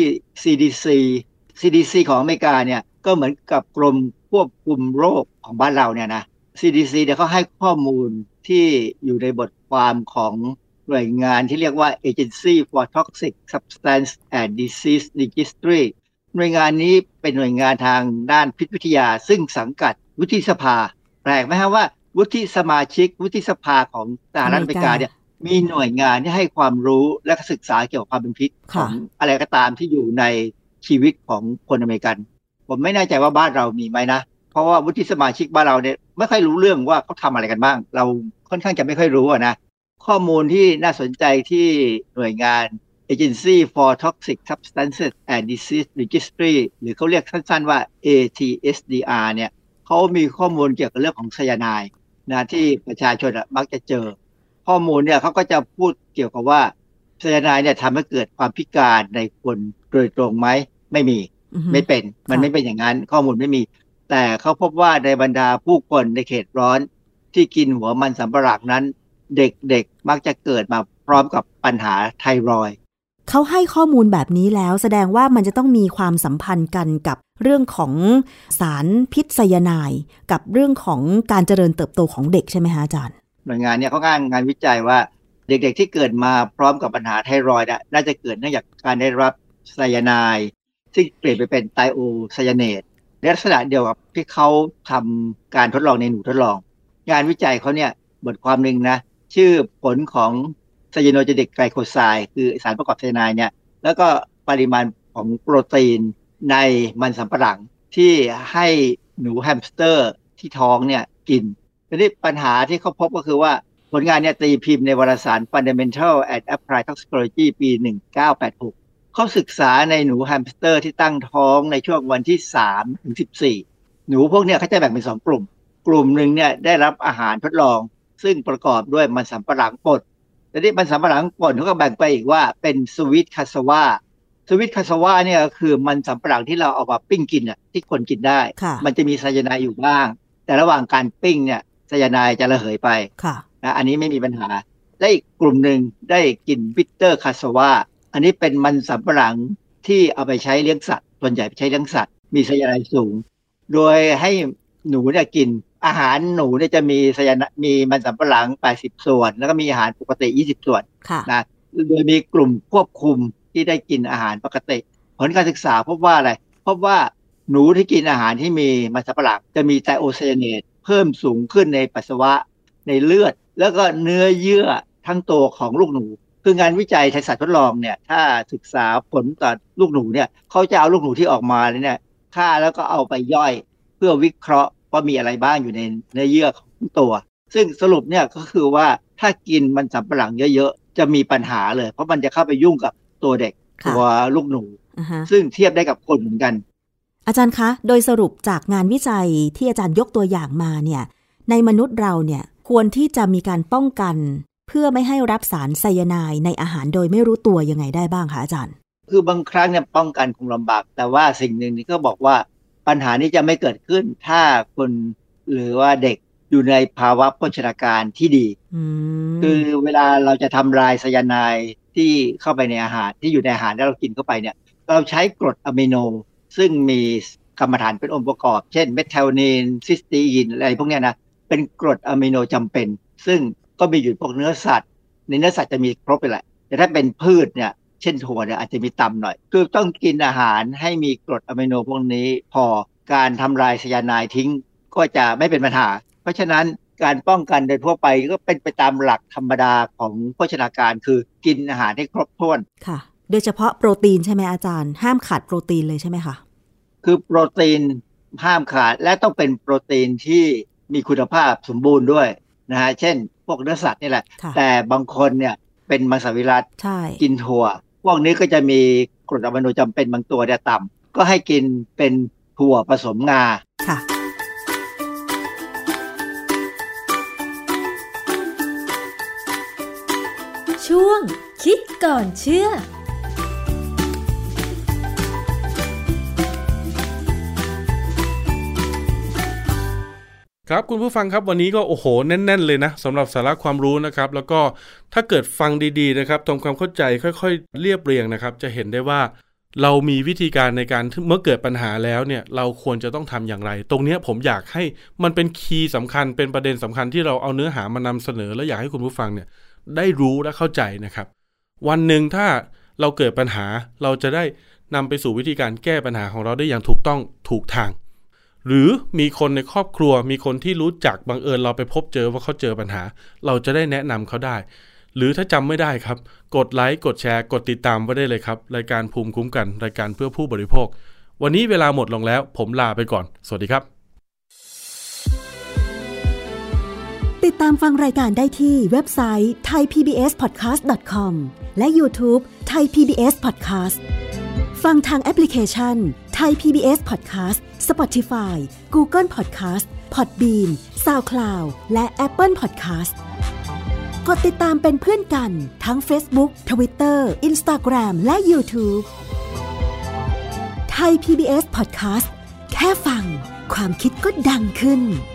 CDC ของอเมริกาเนี่ยก็เหมือนกับกรมควบคุมโรคของบ้านเราเนี่ยนะ CDC เนี่ยเขาให้ข้อมูลที่อยู่ในบทความของหน่วยงานที่เรียกว่า Agency for Toxic Substance and Disease Registry หน่วยงานนี้เป็นหน่วยงานทางด้านพิษวิทยาซึ่งสังกัดวุฒิสภาแปลกไหมครับว่าวุฒิสมาชิกวุฒิสภาของสหรัฐอเมริกาเนี่ยมีหน่วยงานที่ให้ความรู้และศึกษาเกี่ยวกับความเป็นพิษของอะไรก็ตามที่อยู่ในชีวิตของคนอเมริกันผมไม่แน่ใจว่าบ้านเรามีไหมนะเพราะว่าวุฒิสมาชิกบ้านเราเนี่ยไม่ค่อยรู้เรื่องว่าเขาทำอะไรกันบ้างเราค่อนข้างจะไม่ค่อยรู้นะข้อมูลที่น่าสนใจที่หน่วยงาน Agency for Toxic Substances and Disease Registry หรือเขาเรียกสั้นๆว่า ATSDR เนี่ยเขามีข้อมูลเกี่ยวกับเรื่องของไซยาไนด์นะที่ประชาชนมักจะเจอข้อมูลเนี่ยเขาก็จะพูดเกี่ยวกับว่าไซยาไนด์เนี่ยทำให้เกิดความพิการในคนโดยตรงไหมไม่มีไม่เป็นมันไม่เป็นอย่างนั้นข้อมูลไม่มีแต่เขาพบว่าในบรรดาผู้คนในเขตร้อนที่กินหัวมันสำปะหลังนั้นเด็กๆมักจะเกิดมาพร้อมกับปัญหาไทรอยด์เขาให้ข้อมูลแบบนี้แล้วแสดงว่ามันจะต้องมีความสัมพันธ์กันกับเรื่องของสารพิษไซยาไนด์กับเรื่องของการเจริญเติบโตของเด็กใช่ไหมฮะอาจารย์หน่วยงานเนี่ยเขางานวิจัยว่าเด็กๆที่เกิดมาพร้อมกับปัญหาไทรอยด์น่าจะเกิดเนื่องจากการได้รับไซยาไนด์ซึ่งเปลี่ยนไปเป็นไทโอไซยาเนตลักษณะเดียวกับที่เขาทำการทดลองในหนูทดลองงานวิจัยเขาเนี่ยบทความหนึ่งนะชื่อผลของไซยาโนเจนิกไกลโคไซด์คือสารประกอบไซยาไนด์เนี่ยแล้วก็ปริมาณของโปรตีนในมันสำปะหลังที่ให้หนูแฮมสเตอร์ที่ท้องเนี่ยกินทีนี้ปัญหาที่เขาพบก็คือว่าผลงานเนี่ยตีพิมพ์ในวารสาร Fundamental and Applied Toxicology ปี 1986เขาศึกษาในหนูแฮมสเตอร์ที่ตั้งท้องในช่วงวันที่3ถึง14หนูพวกเนี่ยเขาจะแบ่งเป็น2กลุ่มหนึ่งเนี่ยได้รับอาหารทดลองซึ่งประกอบด้วยมันสำปะหลังป่นแต่ที่มันสำปะหลังป่นเขาก็แบ่งไปอีกว่าเป็นสวีทคาสวาเนี่ยก็คือมันสำปะหลังที่เราเอามาปิ้งกินอ่ะที่คนกินได้มันจะมีไซยาไนด์อยู่บ้างแต่ระหว่างการปิ้งเนี่ยไซยาไนด์จะระเหยไปนะอันนี้ไม่มีปัญหาและอีกกลุ่มหนึ่งได้กินบิตเตอร์คาสวาอันนี้เป็นมันสำปะหลังที่เอาไปใช้เลี้ยงสัตว์ส่วนใหญ่ไปใช้เลี้ยงสัตว์มีไซยาไนด์สูงโดยให้หนูเนี่ยกินอาหารหนูเนี่ยจะมีมีมันสำปะหลัง80ส่วนแล้วก็มีอาหารปกติ20ส่วนนะโดยมีกลุ่มควบคุมที่ได้กินอาหารปกติผลการศึกษาพบว่าอะไรพบว่าหนูที่กินอาหารที่มีมันสำปะหลังจะมีไทโอไซยาเนตเพิ่มสูงขึ้นในปัสสาวะในเลือดแล้วก็เนื้อเยื่อทั้งตัวของลูกหนูคืองานวิจัยในสัตว์ทดลองเนี่ยถ้าศึกษาผลต่อลูกหนูเนี่ยเขาจะเอาลูกหนูที่ออกมาเนี่ยฆ่าแล้วก็เอาไปย่อยเพื่อวิเคราะห์ว่ามีอะไรบ้างอยู่ในเนื้อเยื่อของตัวซึ่งสรุปเนี่ยก็คือว่าถ้ากินมันสำปะหลังเยอะๆจะมีปัญหาเลยเพราะมันจะเข้าไปยุ่งกับตัวเด็กตัวลูกหนูซึ่งเทียบได้กับคนเหมือนกันอาจารย์คะโดยสรุปจากงานวิจัยที่อาจารย์ยกตัวอย่างมาเนี่ยในมนุษย์เราเนี่ยควรที่จะมีการป้องกันเพื่อไม่ให้รับสารไซยาไนด์ในอาหารโดยไม่รู้ตัวยังไงได้บ้างคะอาจารย์คือบางครั้งเนี่ยป้องกันคงลำบากแต่ว่าสิ่งหนึ่งนี่ก็บอกว่าปัญหานี้จะไม่เกิดขึ้นถ้าคนหรือว่าเด็กอยู่ในภาวะโภชนาการที่ดีคือเวลาเราจะทำลายไซยาไนด์ที่เข้าไปในอาหารที่อยู่ในอาหารที่เรากินเข้าไปเนี่ยเราใช้กรดอะมิโนซึ่งมีกรรมฐานเป็นองค์ประกอบเช่นเมทไทโอนีนซิสตีนอะไรพวกนี้นะเป็นกรดอะมิโนจำเป็นซึ่งก็มีอยู่พวกเนื้อสัตว์ในเนื้อสัตว์จะมีครบไปแหละแต่ถ้าเป็นพืชเนี่ยเช่นถั่วเนี่ยอาจจะมีต่ำหน่อยคือต้องกินอาหารให้มีกรดอะมิโนพวกนี้พอการทำลายไซยาไนด์ทิ้งก็จะไม่เป็นปัญหาเพราะฉะนั้นการป้องกันโดยทั่วไปก็เป็นไปตามหลักธรรมดาของโภชนาการคือกินอาหารให้ครบถ้วนค่ะโดยเฉพาะโปรตีนใช่ไหมอาจารย์ห้ามขาดโปรตีนเลยใช่ไหมคะคือโปรตีนห้ามขาดและต้องเป็นโปรตีนที่มีคุณภาพสมบูรณ์ด้วยนะฮะเช่นพวกเนื้อสัตว์นี่แหละแต่บางคนเนี่ยเป็นมังสวิรัติกินถั่วพวกนี้ก็จะมีกรดอะมิโนจำเป็นบางตัวเนี่ยต่ำก็ให้กินเป็นถั่วผสมงาค่ะช่วงคิดก่อนเชื่อครับคุณผู้ฟังครับวันนี้ก็โอ้โหแน่นๆเลยนะสำหรับสาระความรู้นะครับแล้วก็ถ้าเกิดฟังดีๆนะครับทำความเข้าใจค่อยๆเรียบเรียงนะครับจะเห็นได้ว่าเรามีวิธีการในการเมื่อเกิดปัญหาแล้วเนี่ยเราควรจะต้องทำอย่างไรตรงนี้ผมอยากให้มันเป็นคีย์สำคัญเป็นประเด็นสำคัญที่เราเอาเนื้อหามานำเสนอและอยากให้คุณผู้ฟังเนี่ยได้รู้และเข้าใจนะครับวันหนึ่งถ้าเราเกิดปัญหาเราจะได้นำไปสู่วิธีการแก้ปัญหาของเราได้อย่างถูกต้องถูกทางหรือมีคนในครอบครัวมีคนที่รู้จักบังเอิญเราไปพบเจอว่าเขาเจอปัญหาเราจะได้แนะนำเขาได้หรือถ้าจำไม่ได้ครับกดไลค์กดแชร์กดติดตามไว้ได้เลยครับรายการภูมิคุ้มกันรายการเพื่อผู้บริโภควันนี้เวลาหมดลงแล้วผมลาไปก่อนสวัสดีครับติดตามฟังรายการได้ที่เว็บไซต์ thaipbspodcast.com และ YouTube Thai PBS Podcast ฟังทางแอปพลิเคชัน Thai PBS Podcast Spotify Google Podcast Podbean SoundCloud และ Apple Podcast กดติดตามเป็นเพื่อนกันทั้ง Facebook Twitter Instagram และ YouTube Thai PBS Podcast แค่ฟังความคิดก็ดังขึ้น